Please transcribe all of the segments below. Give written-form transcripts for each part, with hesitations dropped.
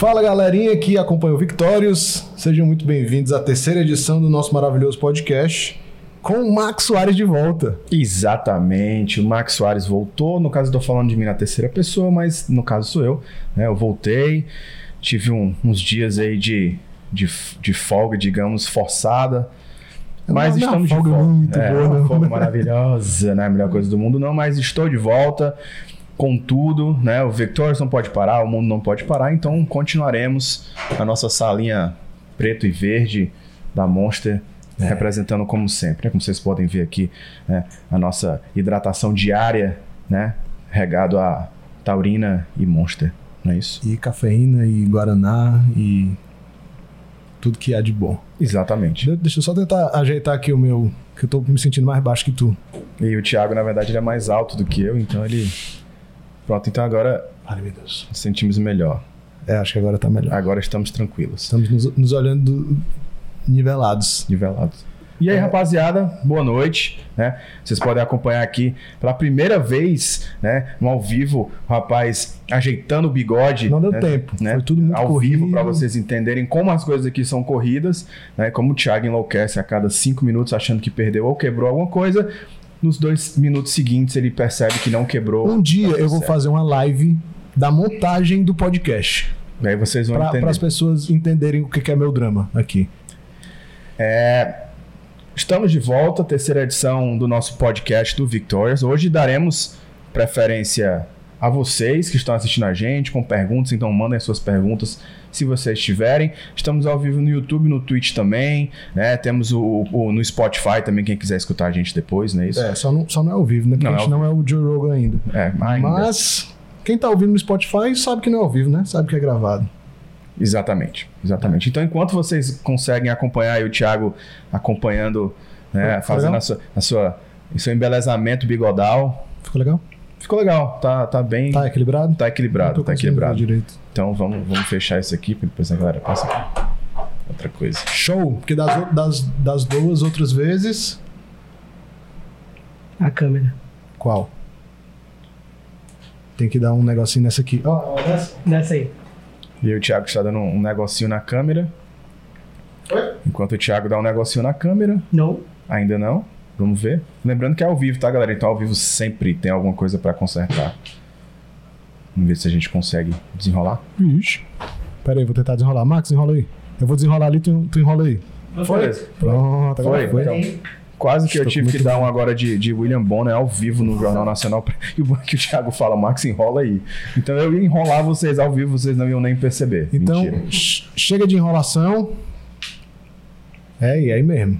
Fala galerinha que acompanha o Victórios, sejam muito bem-vindos à terceira edição do nosso maravilhoso podcast com o Max Soares de volta. Exatamente, o Max Soares voltou, no caso eu tô falando de mim na terceira pessoa, mas no caso sou eu, né? Eu voltei, tive uns dias aí de folga, digamos, forçada, mas estamos de volta. Muito boa, uma folga maravilhosa, né? A melhor coisa do mundo não, mas estou de volta. Contudo, né, o Victórios não pode parar, o mundo não pode parar, então continuaremos a nossa salinha preto e verde da Monster, representando como sempre, né, como vocês podem ver aqui, né, a nossa hidratação diária, né, regado a taurina e Monster, não é isso? E cafeína e guaraná e tudo que há de bom. Exatamente. Deixa eu só tentar ajeitar aqui o meu, que eu tô me sentindo mais baixo que tu. E o Thiago, na verdade, ele é mais alto do que eu, então ele... Pronto, então agora Meu Deus. nos sentimos melhor. Acho que agora tá melhor. Agora estamos tranquilos. Estamos nos olhando nivelados. Nivelados. E aí, rapaziada, boa noite, né? Vocês podem acompanhar aqui pela primeira vez, né, no ao vivo, o rapaz ajeitando o bigode. Não deu tempo, né? Foi tudo muito ao corrido. vivo, para vocês entenderem como as coisas aqui são corridas, né? Como o Thiago enlouquece a cada 5 minutos achando que perdeu ou quebrou alguma coisa. Nos 2 minutos seguintes ele percebe que não quebrou. Um dia eu vou fazer uma live da montagem do podcast. E aí vocês vão entender. Para as pessoas entenderem o que é meu drama aqui. Estamos de volta, terceira edição do nosso podcast do Victórios. Hoje daremos preferência a vocês que estão assistindo a gente com perguntas, então mandem suas perguntas se vocês tiverem. Estamos ao vivo no YouTube, no Twitch também, né? Temos no Spotify também, quem quiser escutar a gente depois, não é isso? Só não é ao vivo, né? Porque a gente não é o Joe Rogan ainda. Ainda. Mas quem tá ouvindo no Spotify sabe que não é ao vivo, né? Sabe que é gravado. Exatamente. Então, enquanto vocês conseguem acompanhar aí o Thiago acompanhando, né, fazendo o seu embelezamento bigodal. Ficou legal? Ficou legal, tá bem... Tá equilibrado? Tá equilibrado. Direito. Então vamos fechar isso aqui, porque depois a galera passa aqui. Outra coisa. Show! Porque das duas outras vezes... A câmera. Qual? Tem que dar um negocinho nessa aqui. Nessa aí. E aí o Thiago está dando um negocinho na câmera. Oi? Enquanto o Thiago dá um negocinho na câmera. Não. Ainda não. Vamos ver. Lembrando que é ao vivo, tá, galera? Então ao vivo sempre tem alguma coisa pra consertar. Vamos ver se a gente consegue desenrolar. Ixi. Pera aí, vou tentar desenrolar. Max, enrola aí. Eu vou desenrolar ali, tu enrola aí. Foi? Pronto, agora foi. Então, quase que eu tive que dar um agora de William Bonner ao vivo no Jornal Nacional. E o que o Thiago fala, Max, enrola aí. Então eu ia enrolar vocês ao vivo, vocês não iam nem perceber. Então, mentira. Chega de enrolação. E aí mesmo.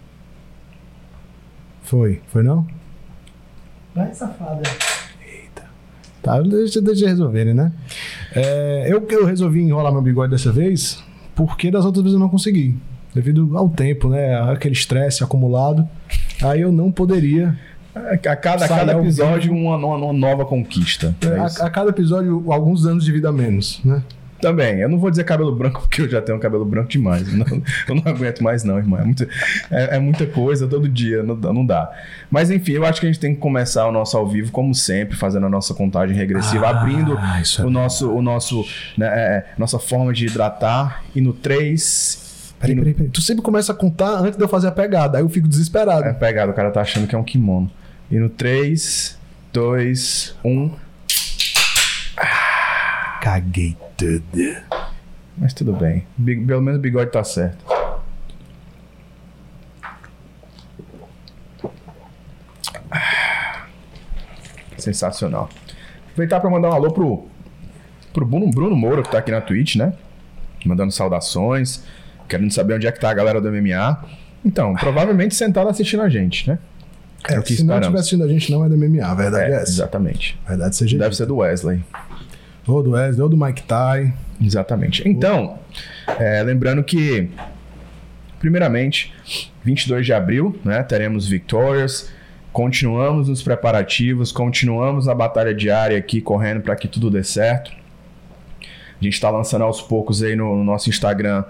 Foi não? Vai, safada. Eita. Tá, deixa resolverem, né? Eu resolvi enrolar meu bigode dessa vez porque das outras vezes eu não consegui. Devido ao tempo, né? Aquele estresse acumulado. Aí eu não poderia... A cada episódio uma nova conquista. A cada episódio, alguns anos de vida a menos, né? Também. Eu não vou dizer cabelo branco, porque eu já tenho cabelo branco demais. Eu não aguento mais não, irmão. É muita coisa todo dia, não dá. Mas enfim, eu acho que a gente tem que começar o nosso ao vivo, como sempre, fazendo a nossa contagem regressiva, abrindo nossa forma de hidratar. E no 3... Peraí. Tu sempre começa a contar antes de eu fazer a pegada, aí eu fico desesperado. É pegada, o cara tá achando que é um kimono. E no 3, 2, 1... Caguei tudo. Mas tudo bem. Pelo menos o bigode tá certo. Sensacional. Aproveitar para mandar um alô pro Bruno Moura, que tá aqui na Twitch, né? Mandando saudações. Querendo saber onde é que tá a galera do MMA. Então, provavelmente sentado assistindo a gente, né? É o que se esperamos. Não estiver assistindo a gente, não é do MMA, a verdade é essa. Exatamente. A verdade seja deve ser do Wesley. Ou do Wesley, ou do Mike Ty. Exatamente. Então, lembrando que, primeiramente, 22 de abril, né, teremos Victórios. Continuamos nos preparativos, continuamos na batalha diária aqui, correndo para que tudo dê certo. A gente está lançando aos poucos aí no nosso Instagram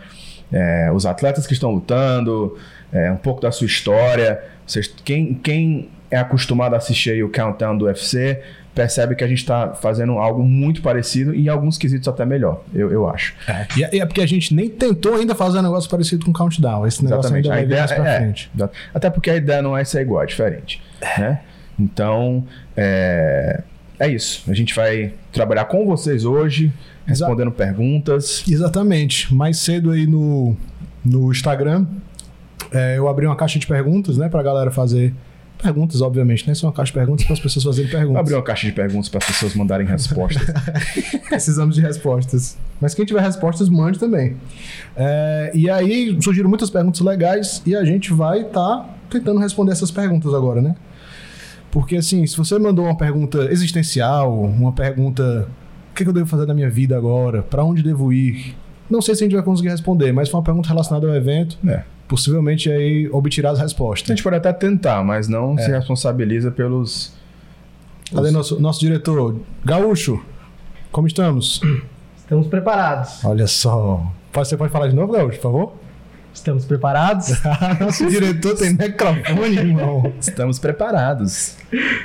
os atletas que estão lutando, um pouco da sua história. Quem é acostumado a assistir aí o Countdown do UFC percebe que a gente está fazendo algo muito parecido e em alguns quesitos até melhor, eu acho. E é porque a gente nem tentou ainda fazer um negócio parecido com o Countdown. Esse negócio ainda vai vir mais pra frente. Até porque a ideia não é ser igual, é diferente. Né? Então, é isso. A gente vai trabalhar com vocês hoje, respondendo perguntas. Exatamente. Mais cedo aí no Instagram, eu abri uma caixa de perguntas, né, pra galera fazer perguntas, obviamente, né? São uma caixa de perguntas para as pessoas fazerem perguntas. Abrir uma caixa de perguntas para as pessoas mandarem respostas. Precisamos de respostas. Mas quem tiver respostas, mande também. E aí surgiram muitas perguntas legais e a gente vai estar tentando responder essas perguntas agora, né? Porque assim, se você mandou uma pergunta existencial, uma pergunta: o que eu devo fazer na minha vida agora? Para onde devo ir? Não sei se a gente vai conseguir responder, mas foi uma pergunta relacionada ao evento. Possivelmente aí obterá as respostas. A gente pode até tentar, mas não se responsabiliza pelos... Cadê nosso diretor? Gaúcho, como estamos? Estamos preparados. Olha só. Você pode falar de novo, Gaúcho, por favor? Estamos preparados? Nosso diretor tem microfone, irmão. Estamos preparados.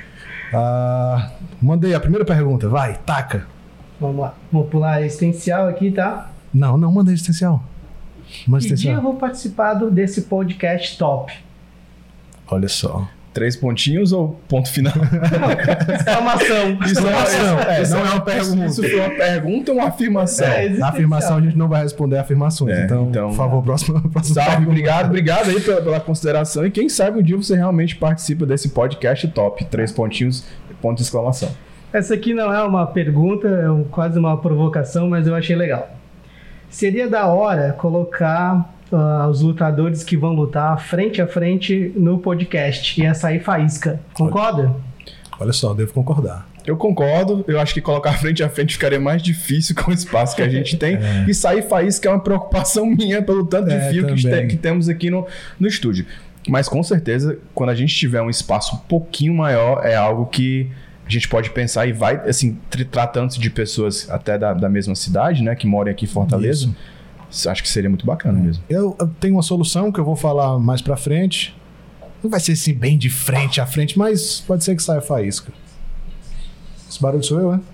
Mandei a primeira pergunta. Vai, taca. Vamos lá. Vou pular existencial aqui, tá? Não, manda existencial. Que dia eu vou participar desse podcast top? Olha só. 3 pontinhos ou ponto final? Exclamação. Isso não é uma pergunta. Isso foi uma pergunta ou uma afirmação? A afirmação a gente não vai responder afirmações. Então, por favor, próximo salve, obrigado aí pela consideração. E quem sabe um dia você realmente participa desse podcast top. 3 pontinhos, ponto de exclamação. Essa aqui não é uma pergunta, é quase uma provocação, mas eu achei legal. Seria da hora colocar os lutadores que vão lutar frente a frente no podcast. Ia sair faísca. Concorda? Olha só, devo concordar. Eu concordo. Eu acho que colocar frente a frente ficaria mais difícil com o espaço que a gente tem. E sair faísca é uma preocupação minha pelo tanto de fio que temos aqui no estúdio. Mas com certeza, quando a gente tiver um espaço um pouquinho maior, é algo que a gente pode pensar e vai, assim, tratando-se de pessoas até da mesma cidade, né, que moram aqui em Fortaleza. Isso. Acho que seria muito bacana mesmo. Eu tenho uma solução que eu vou falar mais pra frente. Não vai ser assim bem de frente a frente, mas pode ser que saia faísca. Esse barulho sou eu, né?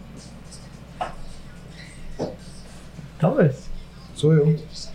Talvez. Sou eu.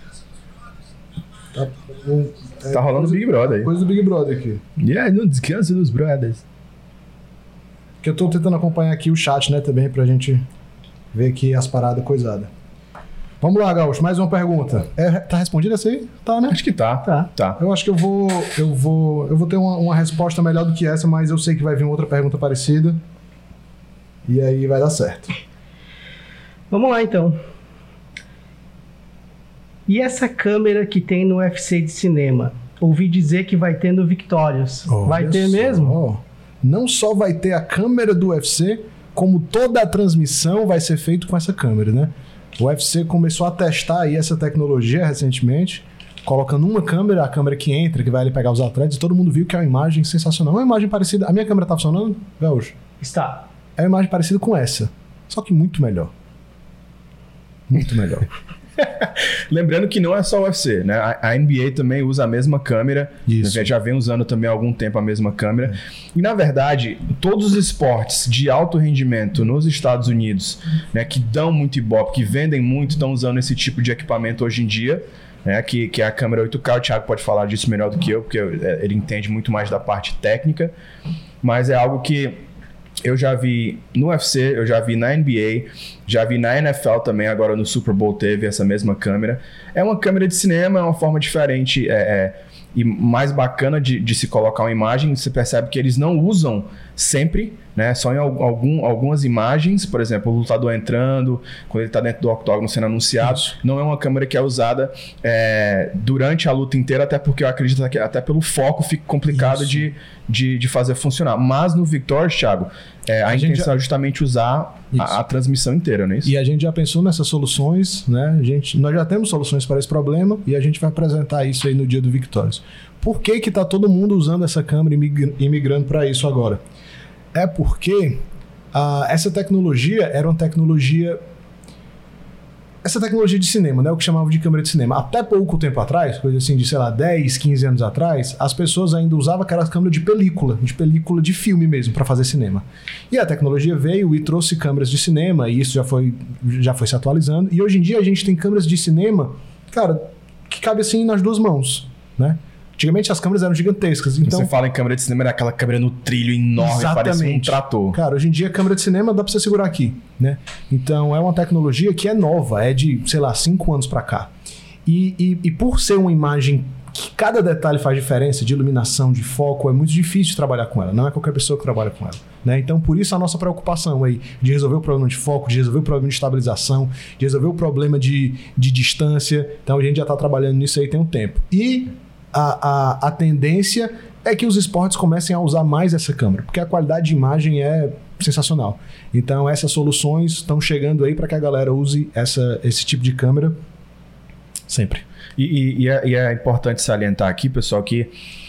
Tá rolando o Big Brother aí. Coisa do Big Brother aqui. Não descansa dos brothers. Que eu tô tentando acompanhar aqui o chat, né, também, pra gente ver aqui as paradas coisadas. Vamos lá, Gaúcho, mais uma pergunta. Tá respondida essa aí? Tá, né? Acho que tá. Eu acho que eu vou ter uma resposta melhor do que essa, mas eu sei que vai vir outra pergunta parecida. E aí vai dar certo. Vamos lá, então. E essa câmera que tem no UFC de cinema? Ouvi dizer que vai ter no Victorious. Vai ter mesmo? Não só vai ter a câmera do UFC, como toda a transmissão vai ser feita com essa câmera, né? O UFC começou a testar aí essa tecnologia recentemente, colocando uma câmera, a câmera que entra, que vai ali pegar os atletas, e todo mundo viu que é uma imagem sensacional. Uma imagem parecida... A minha câmera tá funcionando, Gaúcho? Está. É uma imagem parecida com essa, só que muito melhor. Muito melhor. Lembrando que não é só o UFC, né? A NBA também usa a mesma câmera. Isso. Já vem usando também há algum tempo a mesma câmera. E, na verdade, todos os esportes de alto rendimento nos Estados Unidos, né, que dão muito ibope, que vendem muito, estão usando esse tipo de equipamento hoje em dia, né, que é a câmera 8K. O Thiago pode falar disso melhor do que eu, porque ele entende muito mais da parte técnica. Mas é algo que eu já vi no UFC, eu já vi na NBA, já vi na NFL também, agora no Super Bowl teve essa mesma câmera. É uma câmera de cinema, é uma forma diferente e mais bacana de se colocar uma imagem. Você percebe que eles não usam sempre, né? Só em algumas imagens, por exemplo, o lutador entrando, quando ele está dentro do octógono sendo anunciado. Isso. Não é uma câmera que é usada durante a luta inteira, até porque eu acredito que até pelo foco fica complicado de fazer funcionar. Mas no Victorious, Thiago, a intenção é justamente usar a transmissão inteira, não é isso? E a gente já pensou nessas soluções, né? Nós já temos soluções para esse problema e a gente vai apresentar isso aí no dia do Victorious. Por que que tá todo mundo usando essa câmera e migrando para isso agora? É porque essa tecnologia era uma tecnologia essa tecnologia de cinema, né? O que chamavam de câmera de cinema. Até pouco tempo atrás, coisa assim de, sei lá, 10, 15 anos atrás, as pessoas ainda usavam aquelas câmeras de película de filme mesmo, para fazer cinema. E a tecnologia veio e trouxe câmeras de cinema, e isso já foi se atualizando. E hoje em dia a gente tem câmeras de cinema, cara, que cabe assim nas duas mãos, né? Antigamente as câmeras eram gigantescas. Então, você fala em câmera de cinema, era aquela câmera no trilho enorme, parece um trator. Cara, hoje em dia a câmera de cinema dá pra você segurar aqui, né? Então é uma tecnologia que é nova, é de, sei lá, 5 anos pra cá. E por ser uma imagem que cada detalhe faz diferença, de iluminação, de foco, é muito difícil trabalhar com ela. Não é qualquer pessoa que trabalha com ela, né? Então por isso a nossa preocupação aí de resolver o problema de foco, de resolver o problema de estabilização, de resolver o problema de distância. Então a gente já tá trabalhando nisso aí tem um tempo. E a tendência é que os esportes comecem a usar mais essa câmera, porque a qualidade de imagem é sensacional. Então essas soluções estão chegando aí para que a galera use esse tipo de câmera sempre. E é importante salientar aqui, pessoal, que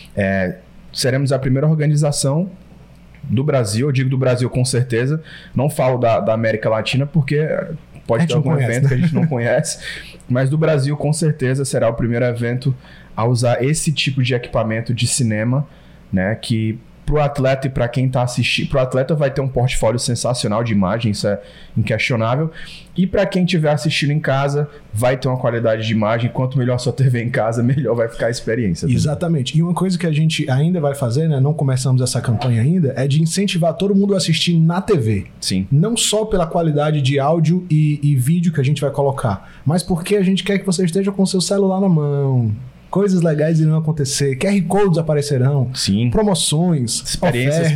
seremos a primeira organização do Brasil, eu digo do Brasil com certeza, não falo da América Latina porque pode ter algum evento que a gente não conhece, mas do Brasil com certeza será o primeiro evento a usar esse tipo de equipamento de cinema, né, que pro atleta e para quem tá assistindo, pro atleta vai ter um portfólio sensacional de imagem, isso é inquestionável, e para quem estiver assistindo em casa, vai ter uma qualidade de imagem, quanto melhor a sua TV em casa, melhor vai ficar a experiência. Exatamente, e uma coisa que a gente ainda vai fazer, né, não começamos essa campanha ainda, é de incentivar todo mundo a assistir na TV. Sim. Não só pela qualidade de áudio e vídeo que a gente vai colocar, mas porque a gente quer que você esteja com o seu celular na mão. Coisas legais irão acontecer, QR Codes aparecerão, sim, promoções, experiências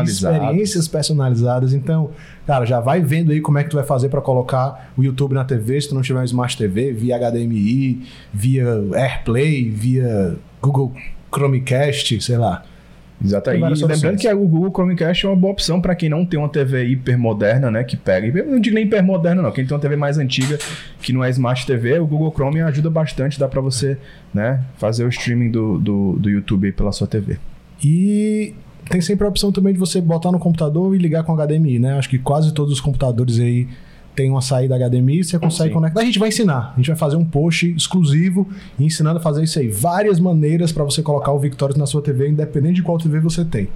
personalizadas. Então, cara, já vai vendo aí como é que tu vai fazer para colocar o YouTube na TV, se tu não tiver uma Smart TV, via HDMI, via AirPlay, via Google Chromecast, sei lá. Exatamente. E lembrando que o Google Chromecast é uma boa opção para quem não tem uma TV hipermoderna, né, que pega. Eu não digo nem hipermoderna não, quem tem uma TV mais antiga, que não é Smart TV, o Google Chrome ajuda bastante, dá para você, né, fazer o streaming do YouTube aí pela sua TV. E tem sempre a opção também de você botar no computador e ligar com HDMI, né? Acho que quase todos os computadores aí tem uma saída HDMI, você consegue conectar. A gente vai ensinar, a gente vai fazer um post exclusivo ensinando a fazer isso aí. Várias maneiras para você colocar o Victorious na sua TV, independente de qual TV você tem.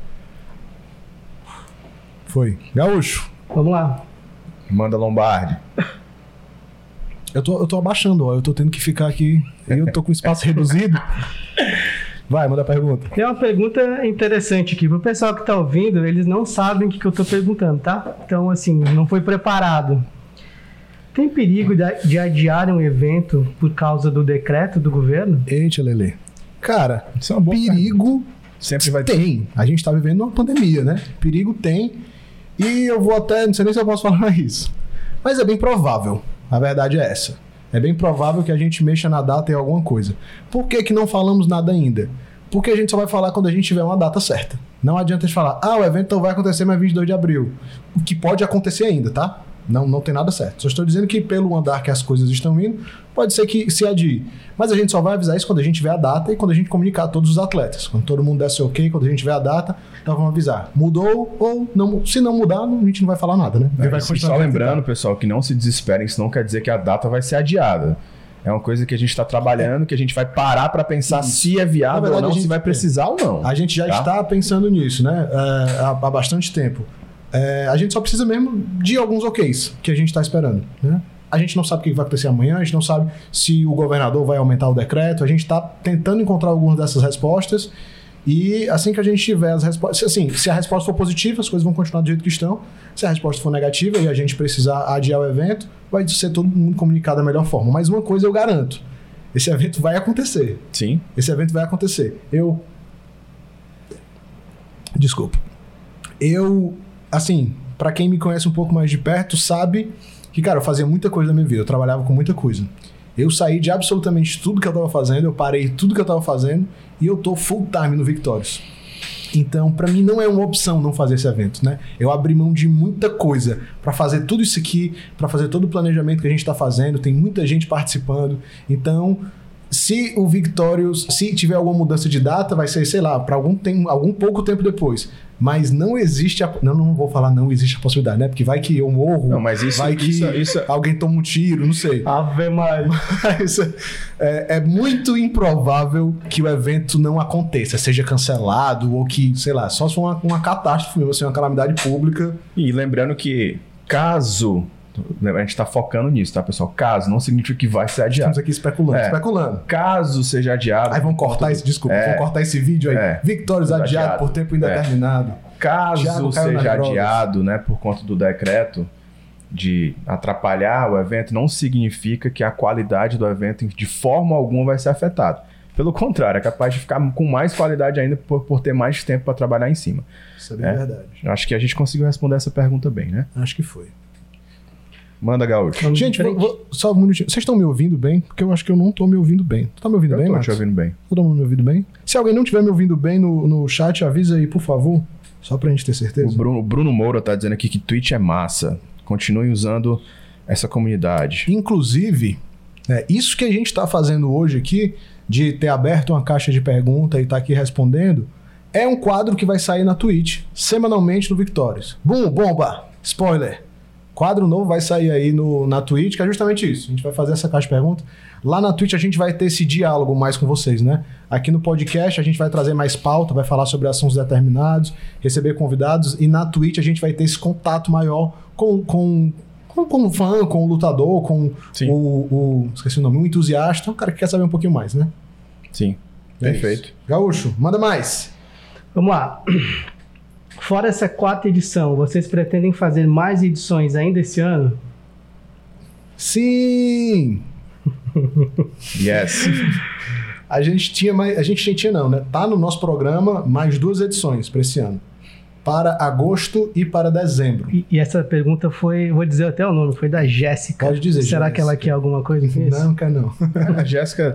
Foi. Gaúcho. Vamos lá. Manda Lombardi. Eu tô abaixando, ó. Eu tô tendo que ficar aqui. Eu tô com espaço reduzido. Vai, manda a pergunta. Tem uma pergunta interessante aqui. Pro pessoal que tá ouvindo, eles não sabem o que eu tô perguntando, tá? Então, assim, não foi preparado. Tem perigo de adiar um evento por causa do decreto do governo? Eita, Lelê. Cara, isso é uma boa perigo sempre vai ter. Tem. A gente tá vivendo uma pandemia, né? Perigo tem. E eu vou até... Não sei nem se eu posso falar isso. Mas é bem provável. A verdade é essa. É bem provável que a gente mexa na data em alguma coisa. Por que não falamos nada ainda? Porque a gente só vai falar quando a gente tiver uma data certa. Não adianta a gente falar, o evento não vai acontecer mais 22 de abril. O que pode acontecer ainda, tá? Não tem nada certo. Só estou dizendo que pelo andar que as coisas estão indo, pode ser que se adie. Mas a gente só vai avisar isso quando a gente tiver a data e quando a gente comunicar a todos os atletas. Quando todo mundo der seu ok, quando a gente tiver a data, então vamos avisar. Mudou ou não? Se não mudar, a gente não vai falar nada, né? Vai só lembrando, pessoal, que não se desesperem, isso não quer dizer que a data vai ser adiada. É uma coisa que a gente está trabalhando, que a gente vai parar para pensar se é viável verdade, ou não, se vai precisar ou não. A gente já está pensando nisso, né? Há bastante tempo. A gente só precisa mesmo de alguns OKs que a gente está esperando, né? A gente não sabe o que vai acontecer amanhã, a gente não sabe se o governador vai aumentar o decreto, a gente está tentando encontrar algumas dessas respostas e assim que a gente tiver as respostas, assim, se a resposta for positiva, as coisas vão continuar do jeito que estão, se a resposta for negativa e a gente precisar adiar o evento, vai ser todo mundo comunicado da melhor forma. Mas uma coisa eu garanto, esse evento vai acontecer. Sim. Esse evento vai acontecer. Desculpa. Assim, pra quem me conhece um pouco mais de perto, sabe que, cara, eu fazia muita coisa na minha vida, eu trabalhava com muita coisa. Eu saí de absolutamente tudo que eu tava fazendo, eu parei tudo que eu tava fazendo e eu tô full time no Victorious. Então, pra mim não é uma opção não fazer esse evento, né? Eu abri mão de muita coisa pra fazer tudo isso aqui, pra fazer todo o planejamento que a gente tá fazendo, tem muita gente participando. Então, se o Victorious, se tiver alguma mudança de data, vai ser, sei lá, para algum pouco tempo depois. Mas não existe não vou falar não existe a possibilidade, né? Porque vai que eu morro, não, mas vai que alguém toma um tiro, não sei. Ave Maria. Mas é muito improvável que o evento não aconteça, seja cancelado ou que, sei lá, só se for uma catástrofe, ou seja, uma calamidade pública. E lembrando que caso... A gente tá focando nisso, tá, pessoal? Caso não significa que vai ser adiado. Estamos aqui especulando. Caso seja adiado... Aí vão cortar vão cortar esse vídeo aí. Victorious adiado por tempo indeterminado. Caso seja adiado, né, por conta do decreto de atrapalhar o evento, não significa que a qualidade do evento de forma alguma vai ser afetada. Pelo contrário, é capaz de ficar com mais qualidade ainda por ter mais tempo para trabalhar em cima. Isso é bem verdade. Acho que a gente conseguiu responder essa pergunta bem, né? Acho que foi. Manda, Gaúcho. Gente, só um minutinho. Vocês estão me ouvindo bem? Porque eu acho que eu não tô me ouvindo bem. Tu tá me ouvindo bem, Marcos? Eu tô te ouvindo bem. Todo mundo me ouvindo bem? Se alguém não estiver me ouvindo bem no chat, avisa aí, por favor. Só pra gente ter certeza. O Bruno Moura tá dizendo aqui que Twitch é massa. Continuem usando essa comunidade. Inclusive, isso que a gente tá fazendo hoje aqui, de ter aberto uma caixa de pergunta e tá aqui respondendo, é um quadro que vai sair na Twitch, semanalmente no Victorious. Bum, bomba! Spoiler! Quadro novo vai sair aí na Twitch, que é justamente isso. A gente vai fazer essa caixa de perguntas. Lá na Twitch a gente vai ter esse diálogo mais com vocês, né? Aqui no podcast a gente vai trazer mais pauta, vai falar sobre assuntos determinados, receber convidados. E na Twitch a gente vai ter esse contato maior com o fã, com o lutador, com esqueci o nome, o entusiasta, o cara que quer saber um pouquinho mais, né? Sim, perfeito. Isso. Gaúcho, manda mais. Vamos lá. Fora essa 4ª edição, vocês pretendem fazer mais edições ainda esse ano? Sim! Yes! A gente tinha não, né? Tá no nosso programa mais 2 edições para esse ano. Para agosto e para dezembro. E essa pergunta foi, vou dizer até o nome, foi da Jéssica. Pode dizer, Será Jéssica. Que ela quer alguma coisa com isso? Não, quer não. A Jéssica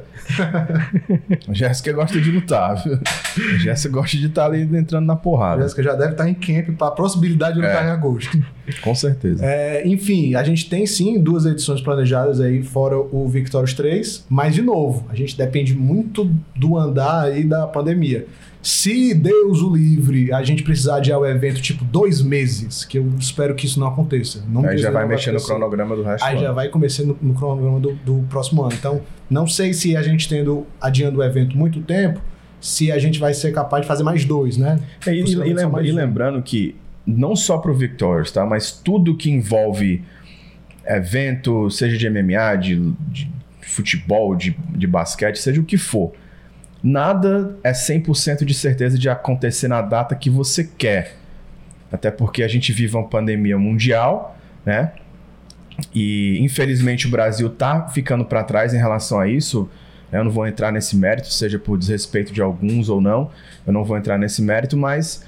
gosta de lutar, viu? A Jéssica gosta de estar ali entrando na porrada. A Jéssica já deve estar em camp para a possibilidade de lutar em agosto. Com certeza. Enfim, a gente tem sim 2 edições planejadas aí, fora o Victorious 3, mas de novo, a gente depende muito do andar aí da pandemia. Se Deus o livre, a gente precisar adiar o evento tipo 2 meses, que eu espero que isso não aconteça. Aí já vai mexer no cronograma do resto. Aí já vai começar no cronograma do próximo ano. Então, não sei se a gente adiando o evento muito tempo, se a gente vai ser capaz de fazer mais 2, né? E lembrando que não só pro Victorious, tá? Mas tudo que envolve evento, seja de MMA, de futebol, de basquete, seja o que for, nada é 100% de certeza de acontecer na data que você quer. Até porque a gente vive uma pandemia mundial, né? E infelizmente o Brasil tá ficando para trás em relação a isso. Eu não vou entrar nesse mérito, seja por desrespeito de alguns ou não. Eu não vou entrar nesse mérito, mas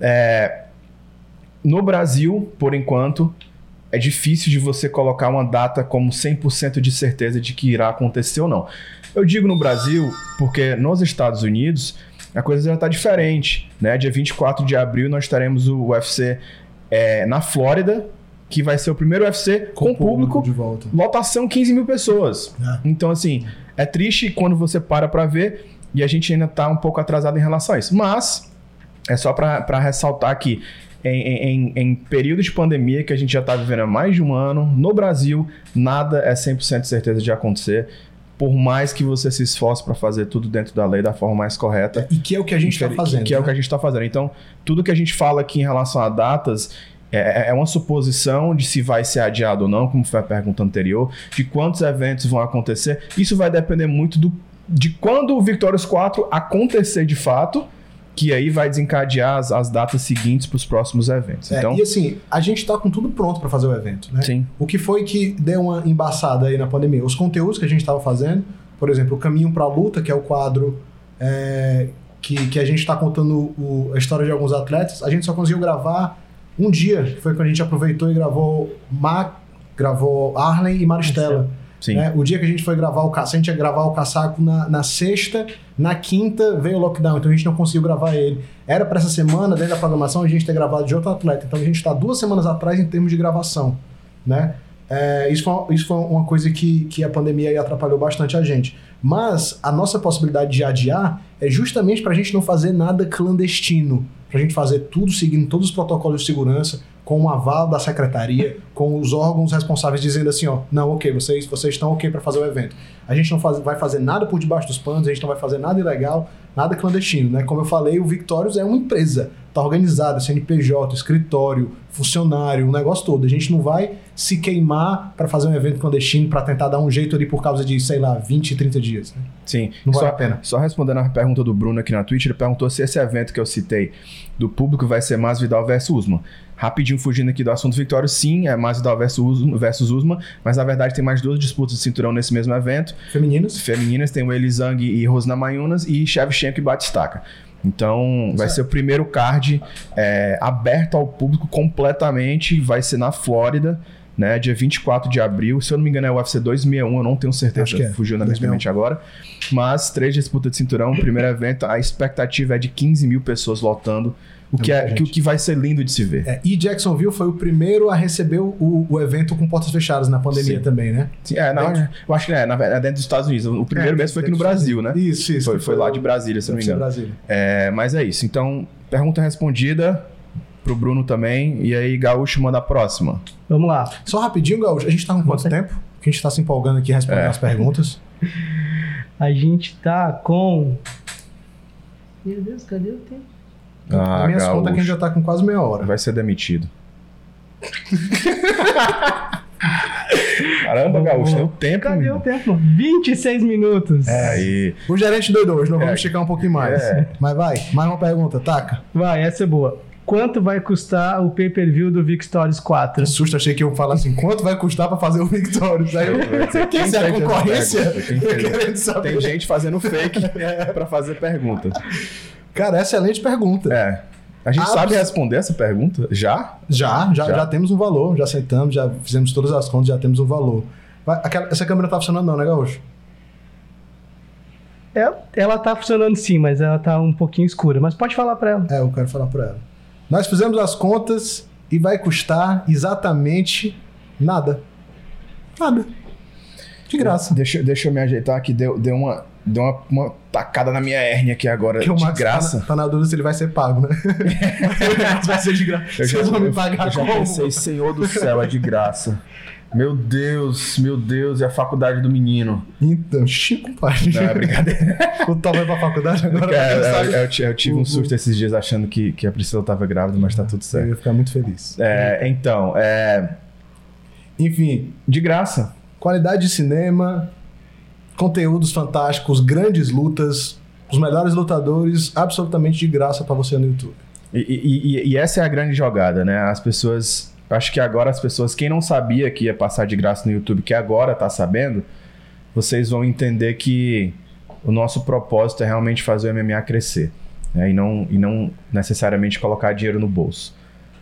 no Brasil, por enquanto, é difícil de você colocar uma data como 100% de certeza de que irá acontecer ou não. Eu digo no Brasil porque nos Estados Unidos a coisa já está diferente, né? Dia 24 de abril nós teremos o UFC na Flórida, que vai ser o primeiro UFC com público de volta. Lotação 15 mil pessoas. Então, assim, é triste quando você para ver e a gente ainda está um pouco atrasado em relação a isso. Mas é só para ressaltar que em período de pandemia que a gente já está vivendo há mais de um ano, no Brasil, nada é 100% de certeza de acontecer. Por mais que você se esforce para fazer tudo dentro da lei da forma mais correta. E que é o que a gente está fazendo. Que é o que a gente está fazendo. Então, tudo que a gente fala aqui em relação a datas é uma suposição de se vai ser adiado ou não, como foi a pergunta anterior, de quantos eventos vão acontecer. Isso vai depender muito de quando o Victorious 4 acontecer de fato, que aí vai desencadear as datas seguintes para os próximos eventos. Então, e assim, a gente está com tudo pronto para fazer o evento, né? Sim. O que foi que deu uma embaçada aí na pandemia? Os conteúdos que a gente estava fazendo, por exemplo, o Caminho para a Luta, que é o quadro que a gente está contando a história de alguns atletas, a gente só conseguiu gravar um dia, que foi quando a gente aproveitou e gravou Arlen e Maristela. Sim. O dia que a gente foi gravar a gente ia gravar o Casaco na sexta, na quinta veio o lockdown, então a gente não conseguiu gravar ele. Era para essa semana, dentro da programação, a gente ter gravado de outro atleta. Então a gente está 2 semanas atrás em termos de gravação, né? Isso foi uma coisa que a pandemia aí atrapalhou bastante a gente. Mas a nossa possibilidade de adiar é justamente para a gente não fazer nada clandestino. Para a gente fazer tudo seguindo todos os protocolos de segurança, com um aval da secretaria, com os órgãos responsáveis dizendo assim, ó, não, ok, vocês estão ok para fazer o evento. A gente não vai fazer nada por debaixo dos panos, a gente não vai fazer nada ilegal, nada clandestino, né? Como eu falei, o Victorious é uma empresa, tá organizada, CNPJ, escritório, funcionário, o negócio todo. A gente não vai se queimar para fazer um evento clandestino, para tentar dar um jeito ali por causa de, sei lá, 20, 30 dias. Né? Sim. Não vale a pena. Só respondendo a pergunta do Bruno aqui na Twitch, ele perguntou se esse evento que eu citei do público vai ser Masvidal versus Usman. Rapidinho fugindo aqui do assunto Victorious, sim, é Masvidal versus Usman, mas na verdade tem mais 2 disputas de cinturão nesse mesmo evento. Femininas, tem o Eli Zhang e Rosna Mayunas e Shevchenko e Batistaca. Então, vai ser o primeiro card aberto ao público completamente, vai ser na Flórida, né, dia 24 de abril, se eu não me engano é o UFC 261, eu não tenho certeza, fugiu na minha mente agora, mas 3 disputas de cinturão, primeiro evento, a expectativa é de 15 mil pessoas lotando, o que vai ser lindo de se ver. E Jacksonville foi o primeiro a receber o evento com portas fechadas na pandemia também, né? Sim, eu acho que na verdade, dentro dos Estados Unidos. O primeiro mês foi aqui no Brasil, né? Isso. Foi lá de Brasília, se não me engano. Mas é isso. Então, pergunta respondida pro Bruno também. E aí, Gaúcho, manda a próxima. Vamos lá. Só rapidinho, Gaúcho. A gente tá com quanto tempo? Que a gente tá se empolgando aqui respondendo as perguntas. A gente tá com... Meu Deus, cadê o tempo? Na minha conta que a gente já tá com quase meia hora. Vai ser demitido. Caramba, Gaúcho, deu tempo. Cadê o tempo? 26 minutos. Aí. O gerente doidou hoje, não vamos esticar um pouquinho mais. Mas vai, mais uma pergunta, taca. Vai, essa é boa. Quanto vai custar o pay-per-view do Victorious 4? Que susto, achei que eu ia falar assim, quanto vai custar pra fazer o Victorious? Aí quem é a concorrência? Tem gente fazendo fake pra fazer pergunta. Cara, excelente pergunta. A gente sabe responder essa pergunta? Já temos um valor, já aceitamos, já fizemos todas as contas, já temos um valor. Essa câmera não tá funcionando não, né, Gaúcho? Ela tá funcionando sim, mas ela tá um pouquinho escura. Mas pode falar pra ela. Eu quero falar pra ela. Nós fizemos as contas e vai custar exatamente nada. Nada. De graça. Deixa eu me ajeitar aqui, deu uma tacada na minha hérnia aqui agora, que de graça. Tá na dúvida se ele vai ser pago, né? Vai ser de graça. Vocês vão me pagar eu já pensei, Senhor do céu, é de graça. Meu Deus, é a faculdade do menino. Então, Chico, pai. Não, é brincadeira. O tal vai pra faculdade agora. Eu tive um susto esses dias achando que a Priscila tava grávida, mas tá tudo certo. Eu ia ficar muito feliz. Enfim, de graça. Qualidade de cinema, conteúdos fantásticos, grandes lutas, os melhores lutadores, absolutamente de graça pra você no YouTube. E essa é a grande jogada, né? As pessoas... Acho que agora as pessoas, quem não sabia que ia passar de graça no YouTube, que agora tá sabendo, vocês vão entender que o nosso propósito é realmente fazer o MMA crescer, né? E não necessariamente colocar dinheiro no bolso.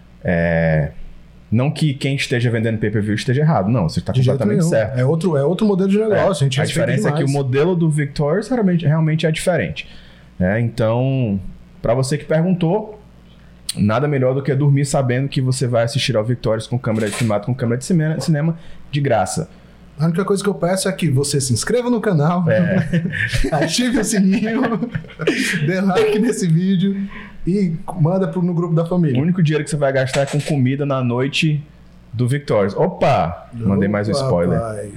Não que quem esteja vendendo pay-per-view esteja errado, não, você está completamente certo. É outro modelo de negócio. A diferença é que o modelo do Victorious realmente é diferente. Então, para você que perguntou, nada melhor do que dormir sabendo que você vai assistir ao Victorious com câmera de filmado, com câmera de cinema de graça. A única coisa que eu peço é que você se inscreva no canal, ative o sininho, dê like nesse vídeo e manda no grupo da família. O único dinheiro que você vai gastar é com comida na noite do Victorious. Mandei mais um spoiler.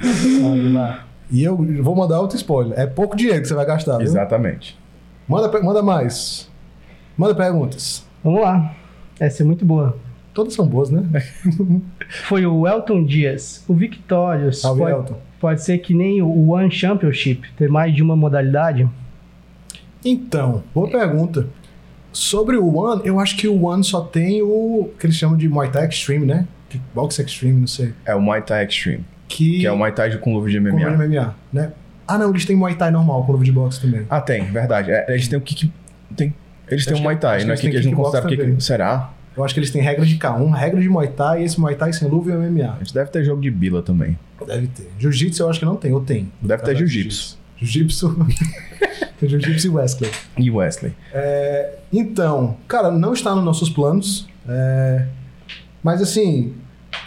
E eu vou mandar outro spoiler. É pouco dinheiro que você vai gastar, viu? Exatamente. Manda mais. Manda perguntas. Vamos lá. Essa é muito boa. Todas são boas, né? Foi o Elton Dias. O Victorious pode ser que nem o One Championship, ter mais de uma modalidade? Então, boa pergunta. Sobre o One, eu acho que o One só tem o que eles chamam de Muay Thai Extreme, né? Box Extreme, não sei. É o Muay Thai Extreme. Que é o Muay Thai com luva de MMA. Com luva de MMA, né? Ah, não, eles têm Muay Thai normal com luva de boxe também. Ah, tem, verdade. Eles têm o kick... Eles têm um Muay Thai, não é que eles não consideram kick... Será? Eu acho que eles têm regra de K1, regra de Muay Thai, e esse Muay Thai sem luva e MMA. A gente deve ter jogo de bila também. Deve ter. Jiu-Jitsu eu acho que não tem, ou tem? Deve ter Jiu-Jitsu. Jiu-Jitsu. Jiu-Jitsu e Wesley. Então, cara, não está nos nossos planos. Mas assim,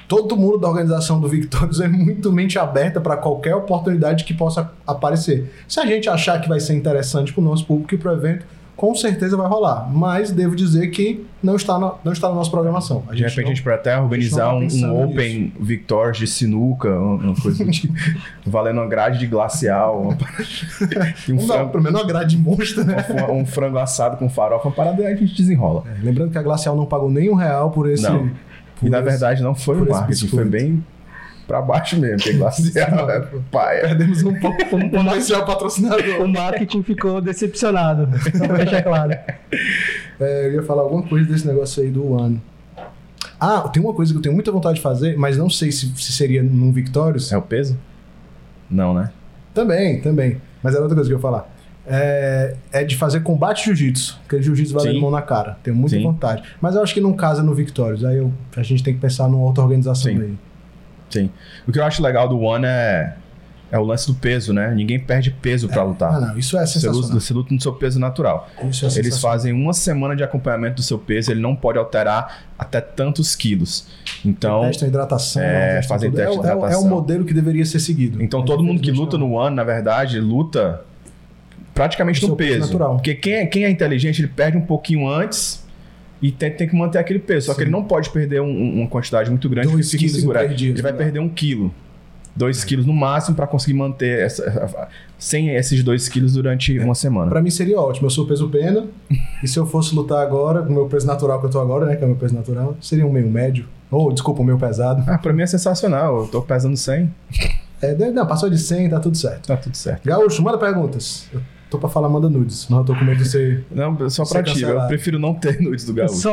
todo mundo da organização do Victorious é muito mente aberta para qualquer oportunidade que possa aparecer. Se a gente achar que vai ser interessante para o nosso público e para o evento, com certeza vai rolar. Mas devo dizer que não está na nossa programação. De repente a gente pode até organizar um Open Victorious de sinuca, uma coisa do tipo, valendo uma grade de glacial. Pelo menos uma grade de monstro, né? Um frango assado com farofa, uma parada aí a gente desenrola. Lembrando que a Glacial não pagou nem R$1 por esse... Não. E na verdade não foi o marketing, foi bem pra baixo mesmo, porque Glacial é paia. Perdemos um pouco o potencial patrocinador. O marketing ficou decepcionado, só pra deixar claro. Eu ia falar alguma coisa desse negócio aí do One. Tem uma coisa que eu tenho muita vontade de fazer, mas não sei se seria num Victorious. É o peso? Não, né? Também. Mas era outra coisa que eu ia falar. É de fazer combate jiu-jitsu. Aquele jiu-jitsu valendo mão na cara. Tenho muita vontade. Mas eu acho que não casa no Victorious. Aí a gente tem que pensar numa outra organização aí. Sim. O que eu acho legal do One é o lance do peso, né? Ninguém perde peso pra lutar. Não, isso é sensacional. Você luta no seu peso natural. Isso é Eles fazem uma semana de acompanhamento do seu peso, ele não pode alterar até tantos quilos. Então, testam hidratação. Fazem teste de hidratação. É o modelo que deveria ser seguido. Então todo mundo que luta no One, na verdade, luta praticamente no peso. Natural. Porque quem é inteligente, ele perde um pouquinho antes e tem que manter aquele peso. Só que ele não pode perder uma quantidade muito grande que fique segurado. Ele vai perder 1 quilo. 2 quilos no máximo para conseguir manter sem esses 2 quilos durante uma semana. Para mim seria ótimo. Eu sou peso pena e se eu fosse lutar agora com o meu peso natural que eu tô agora, né, que é o meu peso natural, seria um meio médio. Desculpa, o meu pesado. Para mim é sensacional. Eu tô pesando 100. Passou de 100, tá tudo certo. Tá tudo certo. Gaúcho, manda perguntas. Eu tô pra falar, manda nudes. Não, eu tô com medo de ser... Não, só pra ti. Eu prefiro não ter nudes do Gaúcho.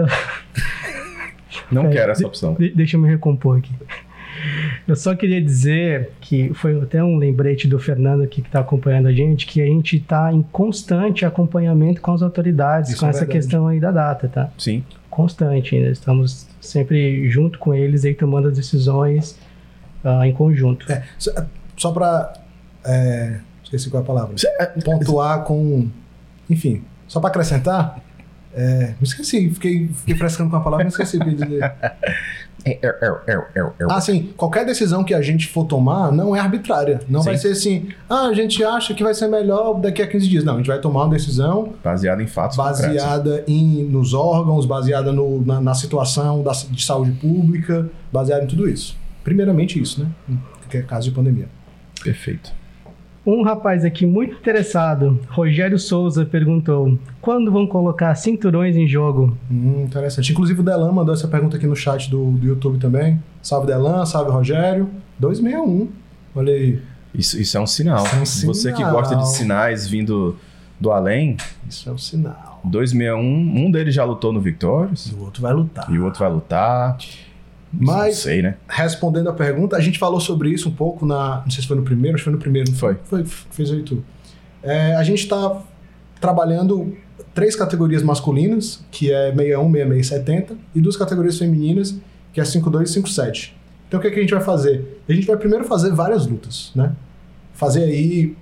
Não quero essa opção. Deixa eu me recompor aqui. Eu só queria dizer que foi até um lembrete do Fernando aqui que está acompanhando a gente, que a gente está em constante acompanhamento com as autoridades, isso com essa questão aí da data, tá? Sim. Constante, né? Estamos sempre junto com eles aí tomando as decisões em conjunto. Só para... esqueci qual é a palavra. Pontuar com... Enfim, só para acrescentar... me esqueci, fiquei frescando com a palavra, mas esqueci o que eu ia dizer. Sim, qualquer decisão que a gente for tomar não é arbitrária. Não vai ser assim, a gente acha que vai ser melhor daqui a 15 dias. Não, a gente vai tomar uma decisão baseada em fatos baseada nos órgãos, baseada na situação de saúde pública, baseada em tudo isso. Primeiramente isso, né? Que é caso de pandemia. Perfeito. Um rapaz aqui muito interessado, Rogério Souza, perguntou: quando vão colocar cinturões em jogo? Interessante. Inclusive o Delan mandou essa pergunta aqui no chat do YouTube também. Salve Delan, salve Rogério. 261. Olha aí. Isso é um sinal. Você que gosta de sinais vindo do além. Isso é um sinal. 261, um deles já lutou no Victorious. E o outro vai lutar. Mas, não sei, né? Respondendo a pergunta, a gente falou sobre isso um pouco não sei se foi no primeiro, acho que foi no primeiro. Fez aí tu. A gente está trabalhando 3 categorias masculinas, que é 61, 66 e 70, e 2 categorias femininas, que é 52 e 57. Então o que a gente vai fazer? A gente vai primeiro fazer várias lutas, né? Fazer aí,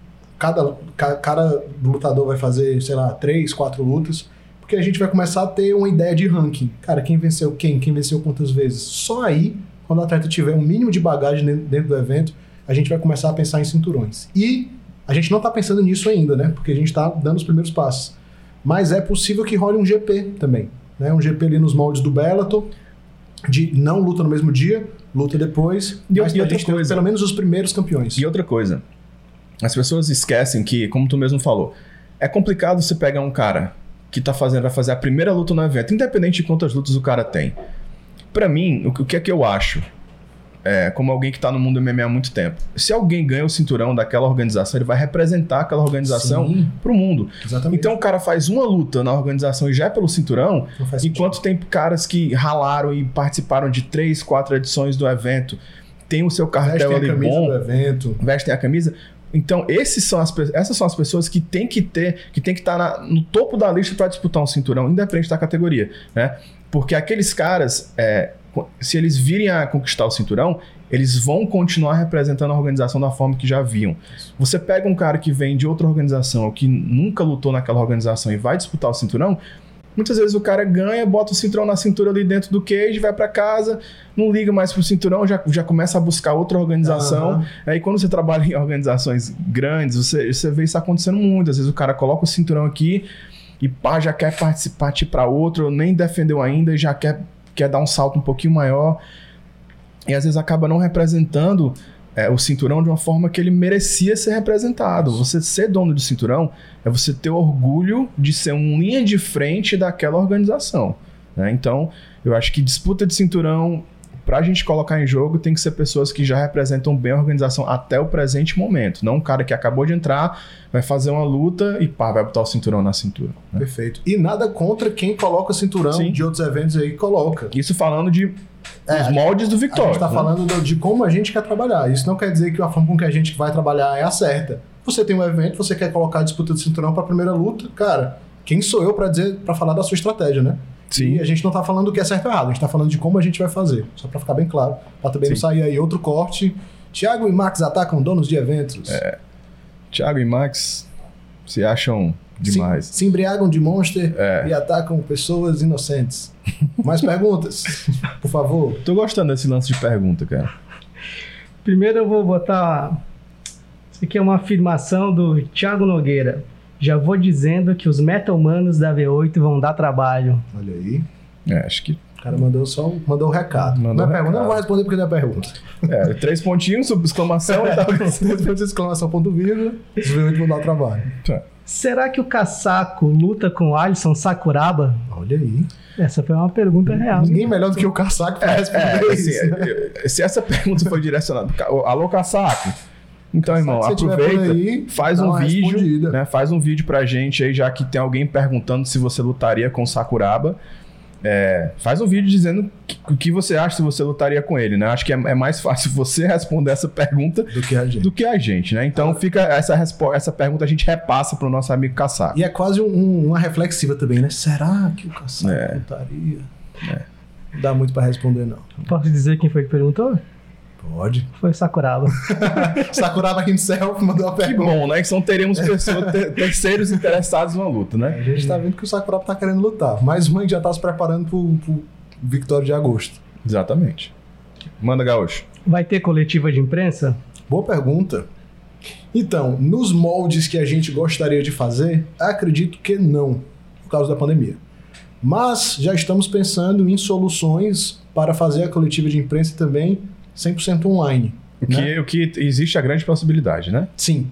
cada lutador vai fazer, 3, 4 lutas, porque a gente vai começar a ter uma ideia de ranking. Cara, quem venceu quem venceu quantas vezes. Só aí, quando o atleta tiver um mínimo de bagagem dentro do evento, a gente vai começar a pensar em cinturões. E a gente não está pensando nisso ainda, né? Porque a gente está dando os primeiros passos. Mas é possível que role um GP também, né? Um GP ali nos moldes do Bellator, de não luta no mesmo dia, luta depois, mas a gente tem pelo menos os primeiros campeões. E outra coisa, as pessoas esquecem que, como tu mesmo falou, é complicado você pegar um cara que vai fazer a primeira luta no evento, independente de quantas lutas o cara tem. Pra mim, o que é que eu acho? Como alguém que tá no mundo MMA há muito tempo. Se alguém ganha o cinturão daquela organização, ele vai representar aquela organização pro mundo. Exatamente. Então o cara faz uma luta na organização e já é pelo cinturão, enquanto tem caras que ralaram e participaram de 3, 4 edições do evento, tem o seu cartel ali bom, do evento. Vestem a camisa. Então, essas são as pessoas que tem que estar no topo da lista para disputar um cinturão, independente da categoria, né? Porque aqueles caras, se eles virem a conquistar o cinturão, eles vão continuar representando a organização da forma que já viam. Você pega um cara que vem de outra organização, ou que nunca lutou naquela organização e vai disputar o cinturão, Muitas vezes o cara ganha, bota o cinturão na cintura ali dentro do cage, vai pra casa, não liga mais pro cinturão, já começa a buscar outra organização. Aí quando você trabalha em organizações grandes, você vê isso acontecendo muito. Às vezes o cara coloca o cinturão aqui e pá, já quer partir pra outro, nem defendeu ainda e já quer dar um salto um pouquinho maior. E às vezes acaba não representando o cinturão de uma forma que ele merecia ser representado. Você ser dono de cinturão é você ter orgulho de ser uma linha de frente daquela organização, né? Então, eu acho que disputa de cinturão, pra gente colocar em jogo, tem que ser pessoas que já representam bem a organização até o presente momento. Não um cara que acabou de entrar, vai fazer uma luta e pá, vai botar o cinturão na cintura, né? Perfeito. E nada contra quem coloca cinturão de outros eventos aí, coloca. Isso falando de os moldes do Victor. A gente tá falando de como a gente quer trabalhar. Isso não quer dizer que a forma com que a gente vai trabalhar é a certa. Você tem um evento, você quer colocar a disputa de cinturão pra primeira luta, cara, quem sou eu pra falar da sua estratégia, né? Sim. E a gente não tá falando do que é certo ou errado, a gente tá falando de como a gente vai fazer. Só pra ficar bem claro, pra também não sair aí outro corte. Thiago e Max atacam donos de eventos. Thiago e Max se acham demais. Se embriagam de Monster e atacam pessoas inocentes. Mais perguntas, por favor. Tô gostando desse lance de pergunta, cara. Primeiro eu vou botar... Isso aqui é uma afirmação do Thiago Nogueira. Já vou dizendo que os Metal-Manos da V8 vão dar trabalho. Olha aí. Acho que... O cara mandou o recado. Não é pergunta, eu não vou responder porque não é pergunta. 3 pontinhos, exclamação e tal. 3 pontos, exclamação, ponto vírgula. Os V8 vão dar trabalho. Será que o Casaco luta com o Alisson Sakuraba? Olha aí. Essa foi uma pergunta real. Ninguém melhor do que o Casaco para responder isso. Se essa pergunta foi direcionada... Alô, Casaco. Então, irmão, aproveita, aí, faz um vídeo, né? Faz um vídeo pra gente aí, já que tem alguém perguntando se você lutaria com o Sakuraba. Faz um vídeo dizendo o que você acha se você lutaria com ele, né? Acho que é mais fácil você responder essa pergunta do que a gente, né? Então fica essa pergunta a gente repassa pro nosso amigo Casaco. E é quase uma reflexiva também, né? Será que o Casaco lutaria? Não dá muito pra responder, não. Posso dizer quem foi que perguntou? Pode. Foi o Sakuraba. Sakuraba himself mandou a pergunta. Que bom, né? Que só teremos terceiros interessados numa luta, né? A gente tá vendo que o Sakuraba tá querendo lutar. Mais uma que já tá se preparando pro Victória de agosto. Exatamente. Manda, Gaúcho. Vai ter coletiva de imprensa? Boa pergunta. Então, nos moldes que a gente gostaria de fazer, acredito que não, por causa da pandemia. Mas já estamos pensando em soluções para fazer a coletiva de imprensa também 100% online. O que existe a grande possibilidade, né? Sim.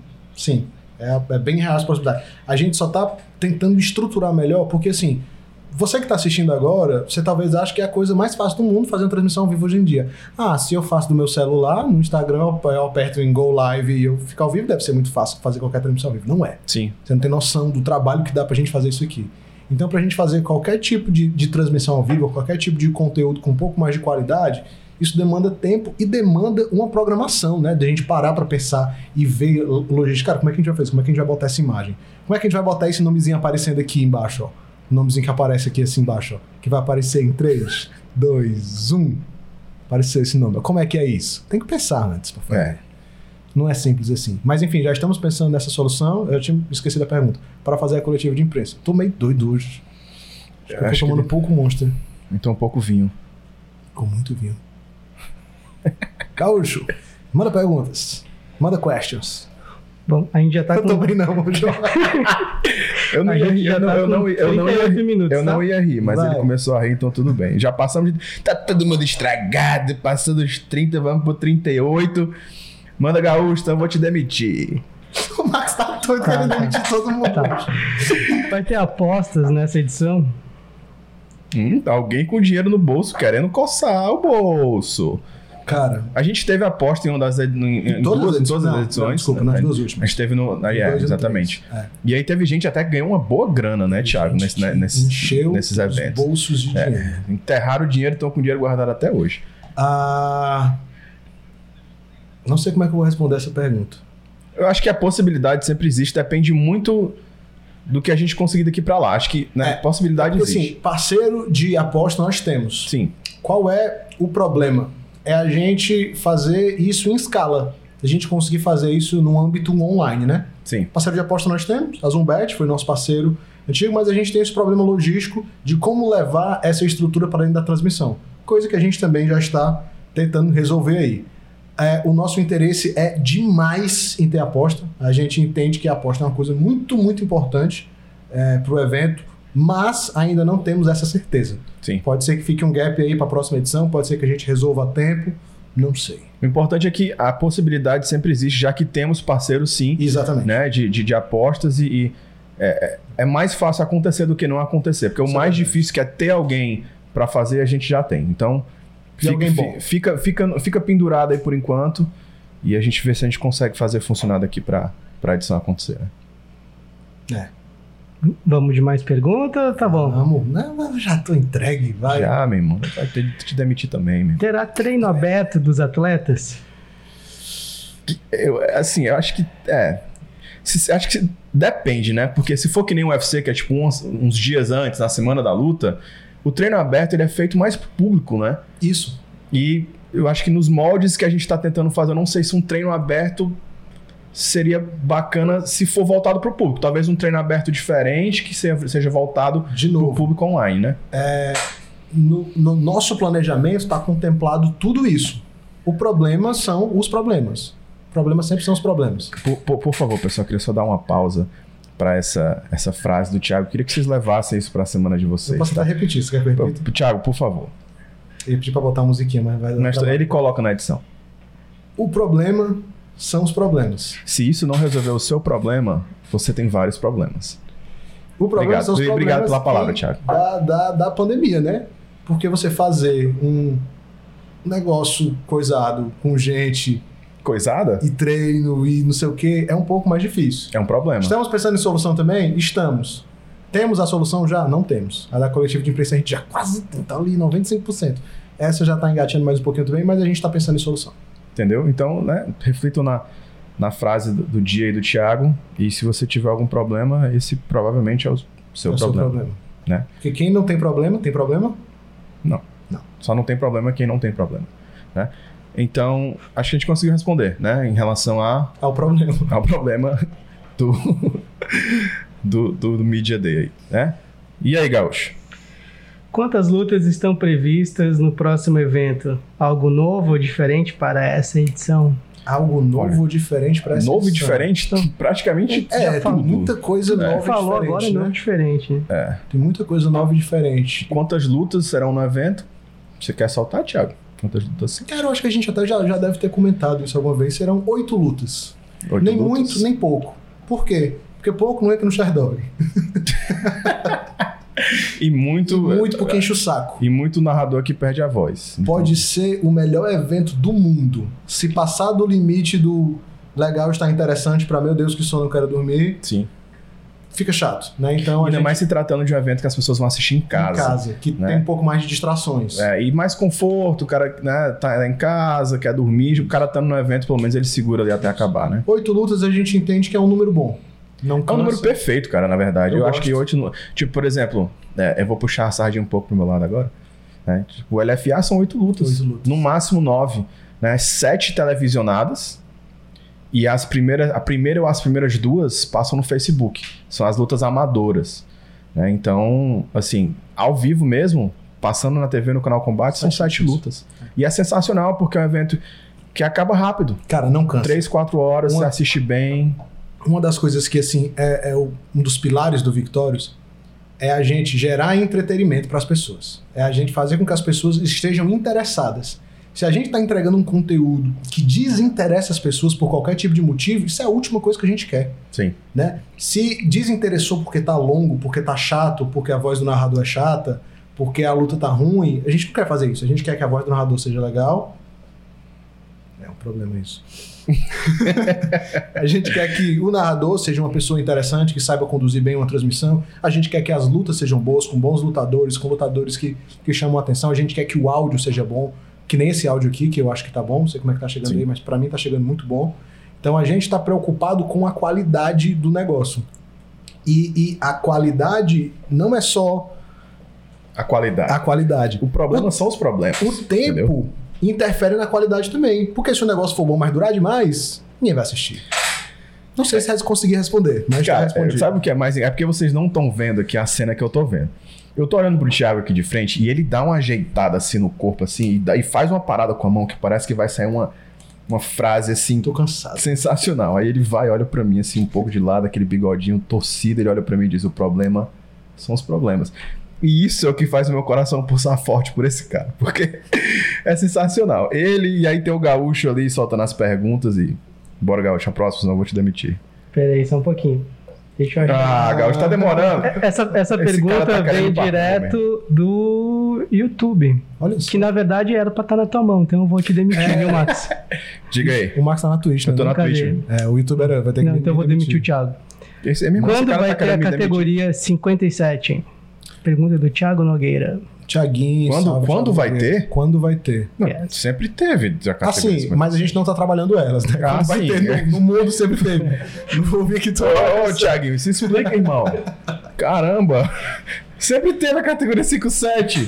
É bem real essa possibilidade. A gente só tá tentando estruturar melhor, porque assim, você que tá assistindo agora, você talvez ache que é a coisa mais fácil do mundo fazer uma transmissão ao vivo hoje em dia. Se eu faço do meu celular, no Instagram, eu aperto em Go Live e eu ficar ao vivo, deve ser muito fácil fazer qualquer transmissão ao vivo. Não é. Sim. Você não tem noção do trabalho que dá pra gente fazer isso aqui. Então, pra gente fazer qualquer tipo de transmissão ao vivo, qualquer tipo de conteúdo com um pouco mais de qualidade, isso demanda tempo e demanda uma programação, né? De a gente parar pra pensar e ver logística. Cara, como é que a gente vai fazer? Como é que a gente vai botar essa imagem? Como é que a gente vai botar esse nomezinho aparecendo aqui embaixo, ó? O nomezinho que aparece aqui assim embaixo, ó. Que vai aparecer em 3, 2, 1. Apareceu esse nome. Como é que é isso? Tem que pensar antes pra fazer. Não é simples assim. Mas enfim, já estamos pensando nessa solução. Eu tinha esquecido a pergunta. Para fazer a coletiva de imprensa. Tô meio doido hoje. Acho que eu tô tomando pouco Monster. Então pouco vinho. Com muito vinho. Gaúcho, manda perguntas. Manda questions. Bom, a gente já tá com... Eu também não, vou jogar. Eu não ia rir, mas ele começou a rir, então tudo bem. Já passamos de... Tá todo mundo estragado, passando os 30, vamos pro 38. Manda, Gaúcho, então eu vou te demitir. O Max tá doido querendo demitir todo mundo. Tá. Vai ter apostas nessa edição? Alguém com dinheiro no bolso querendo coçar o bolso. Cara, a gente teve aposta em uma das em todas as edições. Não, desculpa, nas duas últimas. A gente teve no. Exatamente. E aí teve gente até que ganhou uma boa grana, né, Thiago? Nesses eventos. Os bolsos de dinheiro. Enterraram o dinheiro e estão com o dinheiro guardado até hoje. Não sei como é que eu vou responder essa pergunta. Eu acho que a possibilidade sempre existe, depende muito do que a gente conseguir daqui pra lá. Acho que possibilidade existe. Assim, parceiro de aposta nós temos. Sim. Qual é o problema? É a gente fazer isso em escala. A gente conseguir fazer isso no âmbito online, né? Sim. Parceiro de aposta nós temos. A Zumbet foi nosso parceiro antigo, mas a gente tem esse problema logístico de como levar essa estrutura para dentro da transmissão. Coisa que a gente também já está tentando resolver aí. O nosso interesse é demais em ter aposta. A gente entende que a aposta é uma coisa muito, muito importante para o evento, mas ainda não temos essa certeza. Sim. Pode ser que fique um gap aí para a próxima edição, pode ser que a gente resolva a tempo, não sei. O importante é que a possibilidade sempre existe, já que temos parceiros, sim. Exatamente. Né, de apostas e é mais fácil acontecer do que não acontecer, porque o mais difícil que é ter alguém para fazer, a gente já tem. Então, fica pendurado aí por enquanto e a gente vê se a gente consegue fazer funcionar daqui para a edição acontecer. Né? Vamos de mais perguntas? Tá bom. Vamos. Não, já tô entregue, vai. Já, meu irmão. Vai te demitir também, meu irmão. Terá treino aberto dos atletas? Eu acho que... acho que depende, né? Porque se for que nem o UFC, que é tipo uns dias antes, na semana da luta, o treino aberto ele é feito mais pro público, né? Isso. E eu acho que nos moldes que a gente tá tentando fazer, eu não sei se um treino aberto seria bacana se for voltado pro público. Talvez um treino aberto diferente que seja voltado pro público online, né? No nosso planejamento está contemplado tudo isso. O problema são os problemas. Problemas sempre são os problemas. Por favor, pessoal, eu queria só dar uma pausa para essa frase do Thiago. Eu queria que vocês levassem isso para a semana de vocês. Eu posso até repetir, você quer que eu repita? Thiago, por favor. Eu pedi para botar a musiquinha, mas vai dar. Ele coloca na edição. O problema são os problemas. Se isso não resolver o seu problema, você tem vários problemas. O problema são os problemas. Obrigado pela palavra, Thiago. Da pandemia, né? Porque você fazer um negócio coisado com gente... Coisada? E treino e não sei o que, é um pouco mais difícil. É um problema. Estamos pensando em solução também? Estamos. Temos a solução já? Não temos. A da coletiva de imprensa a gente já quase está ali, 95%. Essa já está engateando mais um pouquinho também, mas a gente está pensando em solução. Entendeu? Então, né, reflitam na frase do dia aí do Thiago, e se você tiver algum problema, esse provavelmente é o seu problema. Né? Porque quem não tem problema, tem problema? Não. Só não tem problema quem não tem problema. Né? Então, acho que a gente conseguiu responder, né? Em relação ao problema. Ao problema do Media Day aí, né? E aí, Gaúcho? Quantas lutas estão previstas no próximo evento? Algo novo ou diferente para essa edição? Algo novo ou diferente para essa edição? Novo e diferente? Então, praticamente tem muita coisa nova e diferente. Falou agora, né? Novo e diferente. Tem muita coisa nova e diferente. Quantas lutas serão no evento? Você quer soltar, Thiago? Quantas lutas? Cara, eu acho que a gente até já deve ter comentado isso alguma vez. Serão 8 lutas. 8 nem lutas? Muito, nem pouco. Por quê? Porque pouco não entra no Sherdog. E muito porque enche o saco. E muito narrador que perde a voz. Então... Pode ser o melhor evento do mundo. Se passar do limite do legal, está interessante para meu Deus que sono, eu quero dormir. Sim. Fica chato, né? Então, ainda mais se tratando de um evento que as pessoas vão assistir em casa. Que tem um pouco mais de distrações. E mais conforto, o cara, né, tá em casa, quer dormir, o cara tá no evento, pelo menos ele segura ali até acabar, né? 8 lutas a gente entende que é um número bom. Não cansa. É um número perfeito, cara, na verdade. Eu acho que 8... Tipo, por exemplo, eu vou puxar a sardinha um pouco pro meu lado agora. Né? Tipo, o LFA são 8 lutas. No máximo 9. Né? 7 televisionadas. E a primeira ou as primeiras 2 passam no Facebook. São as lutas amadoras. Né? Então, assim, ao vivo mesmo, passando na TV no canal Combate, são 7 lutas. E é sensacional, porque é um evento que acaba rápido. Cara, não cansa. 3, 4 horas, você assiste bem. Uma das coisas que, assim, um dos pilares do Victorious é a gente gerar entretenimento para as pessoas. É a gente fazer com que as pessoas estejam interessadas. Se a gente está entregando um conteúdo que desinteressa as pessoas por qualquer tipo de motivo, isso é a última coisa que a gente quer. Sim. Né? Se desinteressou porque tá longo, porque tá chato, porque a voz do narrador é chata, porque a luta tá ruim, a gente não quer fazer isso. A gente quer que a voz do narrador seja legal. É um problema isso. A gente quer que o narrador seja uma pessoa interessante, que saiba conduzir bem uma transmissão. A gente quer que as lutas sejam boas, com bons lutadores, com lutadores que chamam a atenção. A gente quer que o áudio seja bom, que nem esse áudio aqui, que eu acho que tá bom, não sei como é que tá chegando aí, mas pra mim tá chegando muito bom. Então a gente tá preocupado com a qualidade do negócio. E a qualidade não é só a qualidade. O problema são os problemas. O tempo interfere na qualidade também. Porque se o negócio for bom, mas durar demais, ninguém vai assistir. Não sei se consegui responder, mas já Cara, respondi. sabe o que é mais? É porque vocês não estão vendo aqui a cena que eu tô vendo. Eu tô olhando pro Thiago aqui de frente e ele dá uma ajeitada assim no corpo, assim, e faz uma parada com a mão que parece que vai sair uma frase assim. Tô cansado. Sensacional. Aí ele vai, olha pra mim assim, um pouco de lado, aquele bigodinho torcido, ele olha pra mim e diz: o problema são os problemas. E isso é o que faz o meu coração pulsar forte por esse cara, porque é sensacional. Ele, e aí tem o Gaúcho ali soltando as perguntas e... Bora, Gaúcho, a próxima, senão eu vou te demitir. Pera aí, só um pouquinho. Deixa eu achar. Gaúcho, tá demorando. Essa pergunta tá veio querendo direto do YouTube. Olha isso. Que na verdade era pra estar na tua mão, então eu vou te demitir, viu, Max? Diga aí. O Max tá na Twitch, né? Eu tô na Cadê? Twitch. O YouTuber vai ter que Não, então eu vou demitir o Thiago. Esse é mesmo, esse Quando cara vai tá ter a querendo me demitir. categoria 57? Pergunta do Thiago Nogueira. Thiaguinho, Quando Thiago vai Nogueira. ter? Quando vai ter? Não, Yes. sempre teve. Assim, mas a gente não tá trabalhando elas, né? Ah, Quando vai sim. ter, no mundo sempre teve. Não vou vir aqui Ô, Thiaguinho, se explica, irmão. Caramba. Sempre teve a categoria 5-7.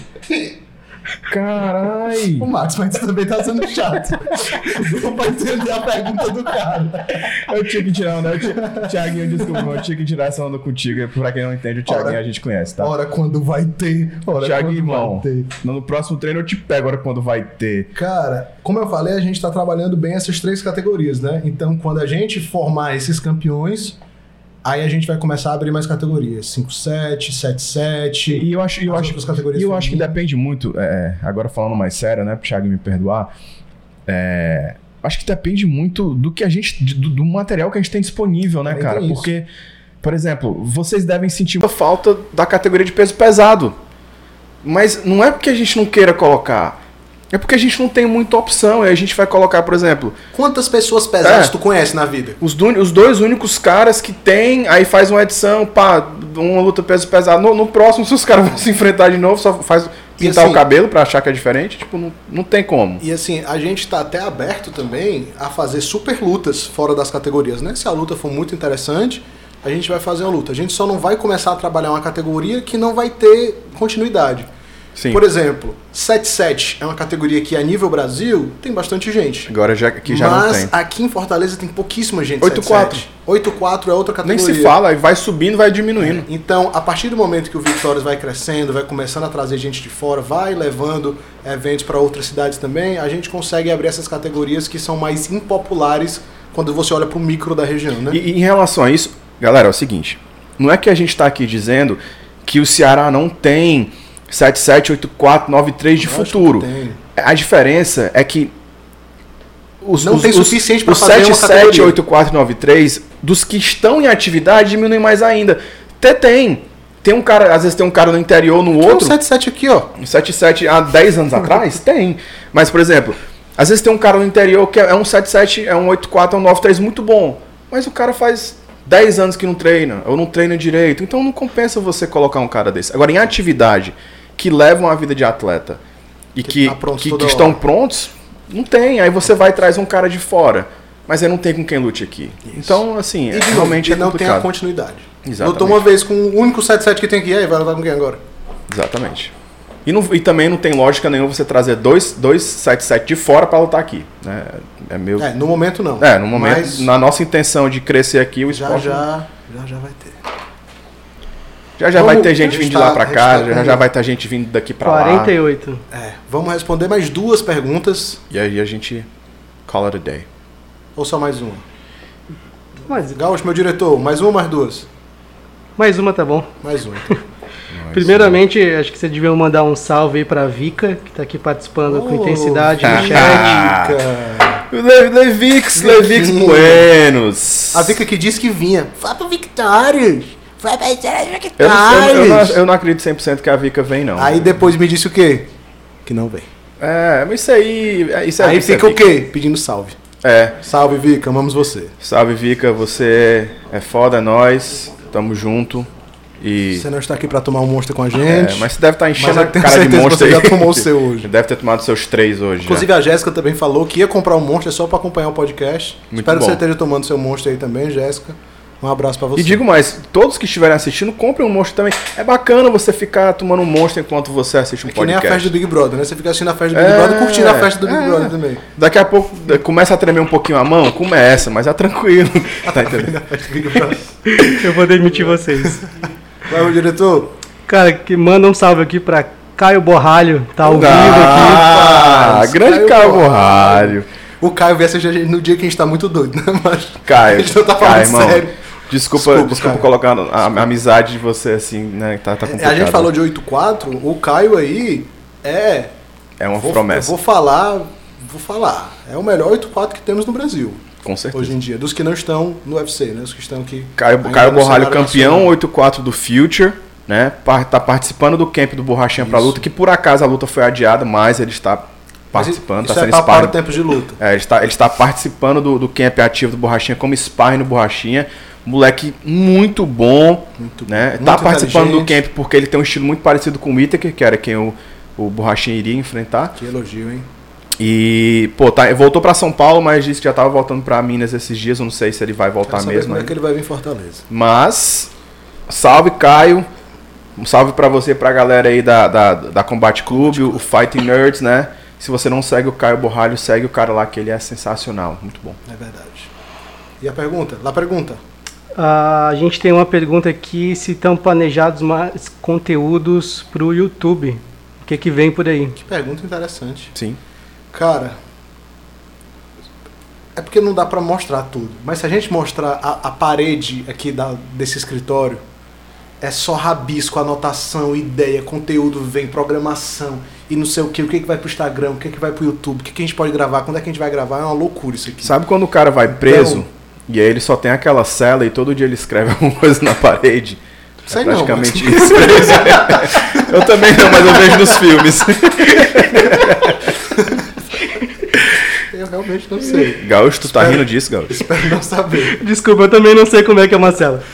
Carai. O Max, mas isso também tá sendo chato. Deu pra entender a pergunta do cara. Eu tinha que tirar onda. Thiaguinho, desculpa, eu tinha que tirar essa onda contigo. Pra quem não entende, o Thiaguinho a gente conhece, tá? Ora, quando vai ter. Ora, Thiaguinho, quando irmão. vai ter. No próximo treino eu te pego, ora quando vai ter. Cara, como eu falei, a gente tá trabalhando bem essas 3 categorias, né? Então, quando a gente formar esses campeões, aí a gente vai começar a abrir mais categorias. 5-7, 7-7. E eu acho que femininas. depende muito, agora falando mais sério, né, pro Thiago me perdoar, acho que depende muito do que a gente, do material que a gente tem disponível, né, Também cara? tem isso. Porque, por exemplo, vocês devem sentir muita falta da categoria de peso pesado. Mas não é porque a gente não queira colocar, é porque a gente não tem muita opção. E a gente vai colocar, por exemplo, Quantas pessoas pesadas tu conhece na vida? os 2 únicos caras que tem, aí faz uma edição, pá, uma luta peso pesado. No próximo, se os caras vão se enfrentar de novo, só faz pintar assim, o cabelo pra achar que é diferente, tipo, não tem como. E assim, a gente tá até aberto também a fazer super lutas fora das categorias, né? Se a luta for muito interessante, a gente vai fazer uma luta. A gente só não vai começar a trabalhar uma categoria que não vai ter continuidade. Sim. Por exemplo, 7-7 é uma categoria que a nível Brasil tem bastante gente. Agora aqui já não tem. Mas aqui em Fortaleza tem pouquíssima gente. 8-4. 8-4 é outra Nem categoria. se fala, aí vai subindo, vai diminuindo. Então, a partir do momento que o Victórias vai crescendo, vai começando a trazer gente de fora, vai levando eventos para outras cidades também, a gente consegue abrir essas categorias que são mais impopulares quando você olha para o micro da região, né? E em relação a isso, galera, é o seguinte, não é que a gente está aqui dizendo que o Ceará não tem 77, 84, 93 de Lógico futuro. que tem. A diferença é que Não tem suficiente para os fazer uma 77, categoria. 84 e 93, dos que estão em atividade, diminuem mais ainda. Até tem. Tem um cara, às vezes tem um cara no interior, no outro. Tem um 77 aqui, ó. 77 há 10 anos atrás? Tem. Mas, por exemplo, às vezes tem um cara no interior que é um 77, é um 84, é um 93 muito bom. Mas o cara faz 10 anos que não treina, ou não treina direito. Então não compensa você colocar um cara desse. Agora, em atividade que levam a vida de atleta e que tá pronto toda estão hora. prontos, não tem. Aí você vai e traz um cara de fora. Mas aí não tem com quem lute aqui. Isso. Então, assim, E de novo, realmente e é não tem a complicado. continuidade. Exatamente. Lutou uma vez com o único 77 que tem aqui, aí vai lutar com quem agora? Exatamente. E também não tem lógica nenhuma você trazer dois 77 de fora para lutar aqui. Né? É meio... No momento não. no momento, Mas na nossa intenção de crescer aqui, o esporte... já vai ter. Já Vamos- vai ter gente vindo de lá para cá, a gente tá já com- vai ter gente vindo daqui para lá. 48. Vamos responder mais 2 perguntas, E aí a gente call it a day. ou só mais uma? Mas, Gaúcho, meu diretor, mais uma ou mais 2? mais uma tá bom. Mais uma. Então. Primeiramente, acho que você devia mandar um salve aí pra Vika, que tá aqui participando com intensidade no chat. Vika. Levix Buenos. A Vika que disse que vinha. Vai pro Victórias. Vai pra Eu não acredito 100% que a Vika vem, não. Aí depois me disse o quê? Que não vem. Mas isso aí... Isso Aí isso fica o Vika. quê? Pedindo salve. Salve, Vika, amamos você. Salve, Vika, você é foda, é nóis, tamo junto. E... Você não está aqui pra tomar um monstro com a gente. mas você deve estar enchendo Mas eu a tenho cara de certeza que monstro você aí. já tomou o seu hoje. Deve ter tomado seus 3 hoje. Inclusive a Jéssica também falou que ia comprar um monstro só pra acompanhar o podcast. Muito Espero bom. que você esteja tomando seu monstro aí também, Jéssica. Um abraço pra você. E digo mais, todos que estiverem assistindo, comprem um Monster também. É bacana você ficar tomando um Monster enquanto você assiste um que nem a podcast. festa do Big Brother, né? Você fica assistindo a festa do Big Brother e curtindo a festa do Big Brother também. Daqui a pouco começa a tremer um pouquinho a mão? Começa, mas é tranquilo. Tá entendendo? Eu vou demitir vocês. Vai, diretor. Cara, que manda um salve aqui pra Caio Borralho, tá ao vivo aqui. Grande Caio Borralho. O Caio vai assistir a gente no dia que a gente tá muito doido, né? Mas Caio, a gente não tá falando irmão, sério. Desculpa Caio. colocar a amizade de você assim, né? Tá complicado. A gente falou de 8-4, o Caio aí é uma promessa. Eu vou falar. É o melhor 8-4 que temos no Brasil. Com certeza. Hoje em dia. Dos que não estão no UFC, né? Os que estão aqui. Caio Borralho, campeão 8-4 do Future, né? Tá participando do camp do Borrachinha pra luta, que por acaso a luta foi adiada, mas ele está participando, isso tá sendo para tempos de luta. Ele está participando do camp ativo do Borrachinha como sparring no Borrachinha. Moleque muito bom, né? Muito tá participando do camp porque ele tem um estilo muito parecido com o Whittaker, que era quem o Borrachinha iria enfrentar. Que elogio, hein? E, voltou pra São Paulo, mas disse que já tava voltando pra Minas esses dias. Eu não sei se ele vai voltar mesmo. Como é que ele vai vir em Fortaleza? Mas, salve Caio. Um salve pra você e pra galera aí da Combat Club, o Fighting Nerds, né? Se você não segue o Caio Borralho, segue o cara lá, que ele é sensacional. Muito bom. É verdade. E a pergunta? Lá pergunta. A gente tem uma pergunta aqui, se estão planejados mais conteúdos pro YouTube. O que vem por aí? Que pergunta interessante. Sim. Cara, é porque não dá pra mostrar tudo. Mas se a gente mostrar a parede aqui desse escritório, é só rabisco, anotação, ideia, conteúdo, vem programação e não sei o que vai pro Instagram, o que vai pro YouTube, o que a gente pode gravar, quando é que a gente vai gravar, é uma loucura isso aqui. Sabe quando o cara vai preso e aí ele só tem aquela cela e todo dia ele escreve alguma coisa na parede? Sei praticamente não, isso. Eu também não, mas eu vejo nos filmes. Eu realmente não sei. Gaúcho, tu tá rindo disso, Gaúcho? Espero não saber. Desculpa, eu também não sei como é que é uma cela.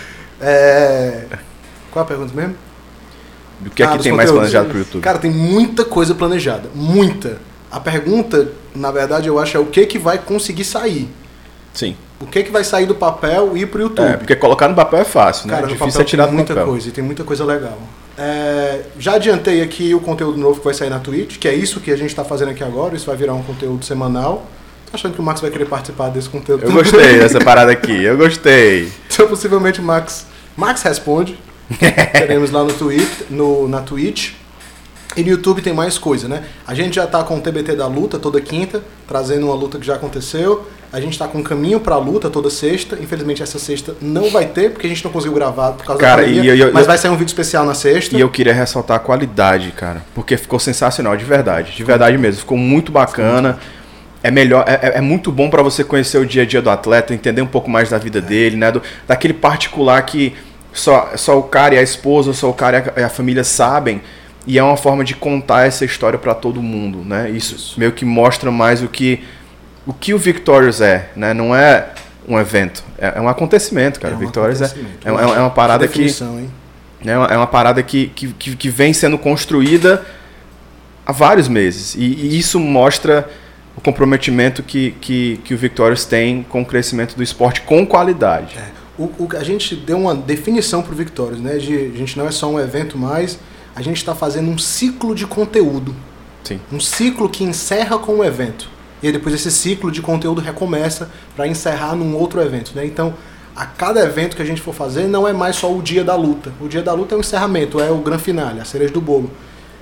Qual a pergunta mesmo? O que é que tem mais planejado pro YouTube? Cara, tem muita coisa planejada. Muita. A pergunta, na verdade, eu acho é o que vai conseguir sair. Sim. O que vai sair do papel e ir pro YouTube. Porque colocar no papel é fácil, né? Cara, Difícil é tirar do muita papel. coisa, e tem muita coisa legal. Já adiantei aqui o conteúdo novo que vai sair na Twitch, que é isso que a gente tá fazendo aqui agora. Isso vai virar um conteúdo semanal. Tô achando que o Max vai querer participar desse conteúdo. Eu gostei dessa parada aqui, eu gostei. Então, possivelmente, Max responde. Teremos lá no Twitter, na Twitch. E no YouTube tem mais coisa, né? A gente já tá com o TBT da luta toda quinta, trazendo uma luta que já aconteceu. A gente tá com um caminho pra luta toda sexta. Infelizmente essa sexta não vai ter, porque a gente não conseguiu gravar por causa da pandemia. Mas vai sair um vídeo especial na sexta. E eu queria ressaltar a qualidade, cara. Porque ficou sensacional, de verdade mesmo. Ficou muito bacana. É melhor, é muito bom pra você conhecer o dia a dia do atleta, entender um pouco mais da vida dele, né? Daquele particular que só o cara e a esposa, só o cara e a família sabem. E é uma forma de contar essa história pra todo mundo, né? Isso meio que mostra mais o que o Victorious é, né? Não é um evento, é um acontecimento, cara. Victorious é uma parada que é uma parada que vem sendo construída há vários meses. E isso mostra o comprometimento que o Victorious tem com o crescimento do esporte com qualidade. A gente deu uma definição pro Victorious, né? A gente não é só um evento mais, a gente está fazendo um ciclo de conteúdo. Sim. Um ciclo que encerra com o evento. E aí depois esse ciclo de conteúdo recomeça para encerrar num outro evento, né? Então, a cada evento que a gente for fazer, não é mais só o dia da luta. O dia da luta é o encerramento, é o grande finale, a cereja do bolo.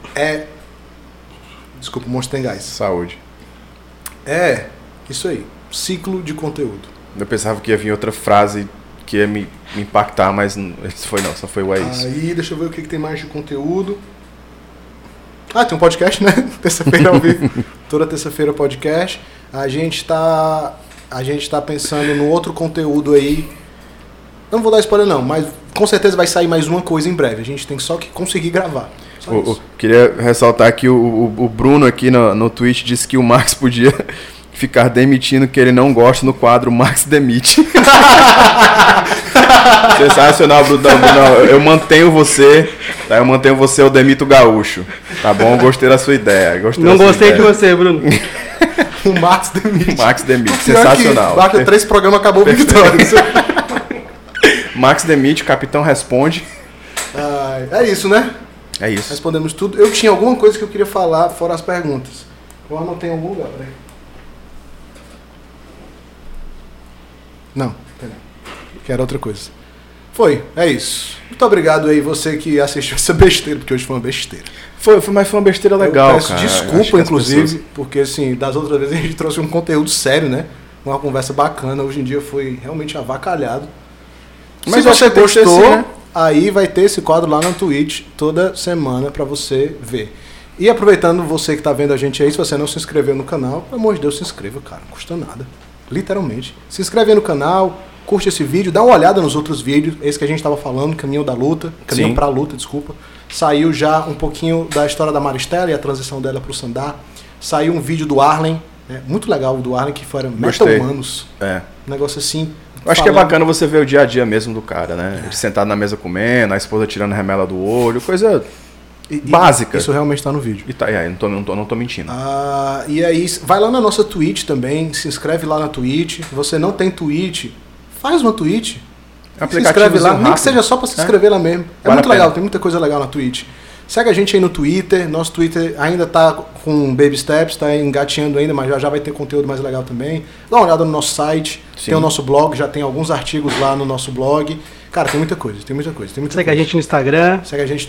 Desculpa, o monstro tem gás. Saúde. Isso aí. Ciclo de conteúdo. Eu pensava que ia vir outra frase que ia me impactar, mas só foi o é isso. Aí, deixa eu ver o que tem mais de conteúdo. Tem um podcast, né? Terça-feira ao vivo. Toda terça-feira podcast. A gente tá pensando no outro conteúdo aí. Não vou dar spoiler não, mas com certeza vai sair mais uma coisa em breve. A gente tem só que conseguir gravar. Queria ressaltar que o Bruno aqui no Twitch disse que o Max podia ficar demitindo que ele não gosta no quadro Max Demite. Sensacional, Bruno. Eu mantenho você, tá? Eu demito o gaúcho. Tá bom? Gostei da sua ideia. Não gostei de você, Bruno. O Max Demite. Sensacional. Baixa 3 programas, acabou o Victorious. Max demite, capitão responde. É isso, né? É isso. Respondemos tudo. Eu tinha alguma coisa que eu queria falar fora as perguntas. Eu anotei em algum lugar, peraí. Não, peraí. Que era outra coisa. É isso. Muito obrigado aí você que assistiu essa besteira, porque hoje foi uma besteira. Mas foi uma besteira legal, eu peço cara. Desculpa, inclusive, porque assim, das outras vezes a gente trouxe um conteúdo sério, né? Uma conversa bacana. Hoje em dia foi realmente avacalhado. Mas se você gostou, assim, né? aí vai ter esse quadro lá no Twitch toda semana pra você ver. E aproveitando você que tá vendo a gente aí, se você não se inscreveu no canal, pelo amor de Deus, se inscreva, cara. Não custa nada. Literalmente. Se inscreve aí no canal, curte esse vídeo, dá uma olhada nos outros vídeos. Esse que a gente tava falando, Caminho pra Luta, desculpa. Saiu já um pouquinho da história da Maristela e a transição dela pro Sandar. Saiu um vídeo do Arlen, né? Muito legal o do Arlen, que foram meta-humanos. Um negócio assim. Eu acho que é bacana você ver o dia a dia mesmo do cara, né? Ele sentado na mesa comendo, a esposa tirando a remela do olho, coisa básica. Isso realmente tá no vídeo. E tá, não tô mentindo. E aí, vai lá na nossa Twitch também, se inscreve lá na Twitch. Se você não tem Twitch, faz uma Twitch. Se inscreve lá, nem que seja só pra se inscrever lá mesmo. É muito legal, tem muita coisa legal na Twitch. Segue a gente aí no Twitter. Nosso Twitter ainda tá com baby steps, tá engatinhando ainda, mas já vai ter conteúdo mais legal também. Dá uma olhada no nosso site, tem o nosso blog, já tem alguns artigos lá no nosso blog. Cara, tem muita coisa. Segue a gente no Instagram.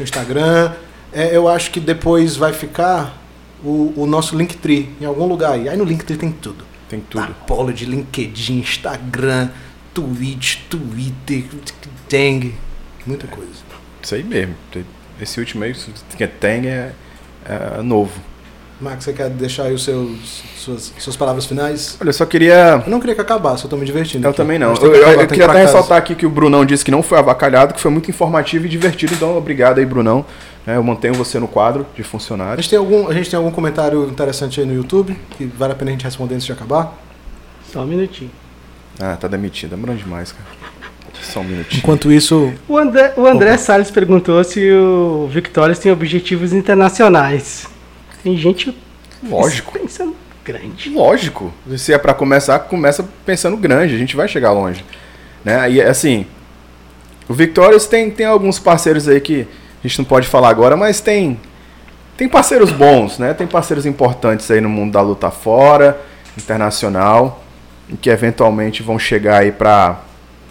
Eu acho que depois vai ficar o nosso Linktree em algum lugar aí. Aí no Linktree tem tudo. Tem tudo. Apolo de LinkedIn, Instagram, Twitch, Twitter, Tang, muita coisa. Isso aí mesmo. Esse último aí, que é Tang, é novo. Max, você quer deixar aí suas palavras finais? Olha, eu só queria... Eu não queria que acabasse, eu tô me divertindo. Eu aqui. também não. Eu queria até ressaltar aqui que o Brunão disse que não foi avacalhado, que foi muito informativo e divertido, então obrigado aí, Brunão. Eu mantenho você no quadro de funcionário. A gente tem algum comentário interessante aí no YouTube, que vale a pena a gente responder antes de acabar? Só um minutinho. Tá demitido, demorando demais, cara. Só um minutinho. Enquanto isso... O André Salles perguntou se o Victorious tem objetivos internacionais. Tem gente pensando grande. Lógico. Se é pra começar, começa pensando grande. A gente vai chegar longe. Né? E assim, o Victorious tem alguns parceiros aí que a gente não pode falar agora, mas tem parceiros bons, né? Tem parceiros importantes aí no mundo da luta fora, internacional, e que eventualmente vão chegar aí pra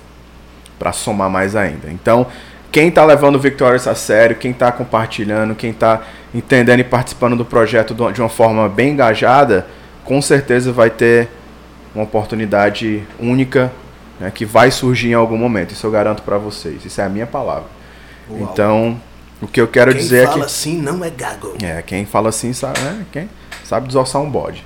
somar mais ainda. Então, quem tá levando o Victorious a sério, quem tá compartilhando, quem tá entendendo e participando do projeto de uma forma bem engajada, com certeza vai ter uma oportunidade única, né, que vai surgir em algum momento. Isso eu garanto para vocês. Isso é a minha palavra. Uau. Então, o que eu quero dizer é que... Quem fala assim não é gago. Quem fala assim sabe, né? Quem sabe desossar um bode.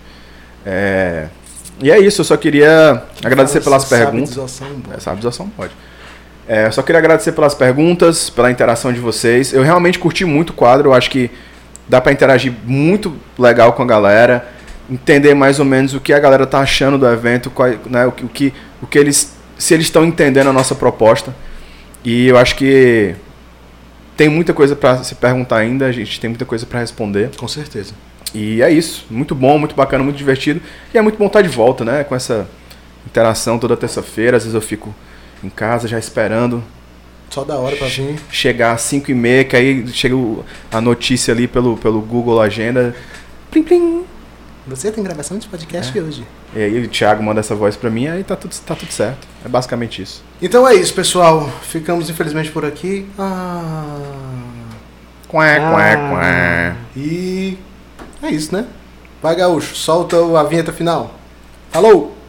E é isso, eu só queria agradecer pelas perguntas. Sabe desossar um bode. Eu só queria agradecer pelas perguntas, pela interação de vocês. Eu realmente curti muito o quadro, eu acho que dá para interagir muito legal com a galera, entender mais ou menos o que a galera tá achando do evento, né, o que se eles estão entendendo a nossa proposta. E eu acho que tem muita coisa para se perguntar ainda, a gente tem muita coisa para responder. Com certeza. E é isso, muito bom, muito bacana, muito divertido. E é muito bom estar de volta, né, com essa interação toda terça-feira. Às vezes eu fico em casa já esperando. Só da hora pra vir. Chegar às 5h30, que aí chega a notícia ali pelo Google Agenda. Plim, plim. Você tem gravação de podcast hoje. E aí o Thiago manda essa voz pra mim, aí tá tudo certo. É basicamente isso. Então é isso, pessoal. Ficamos infelizmente por aqui. E é isso, né? Vai, Gaúcho, solta a vinheta final. Falou!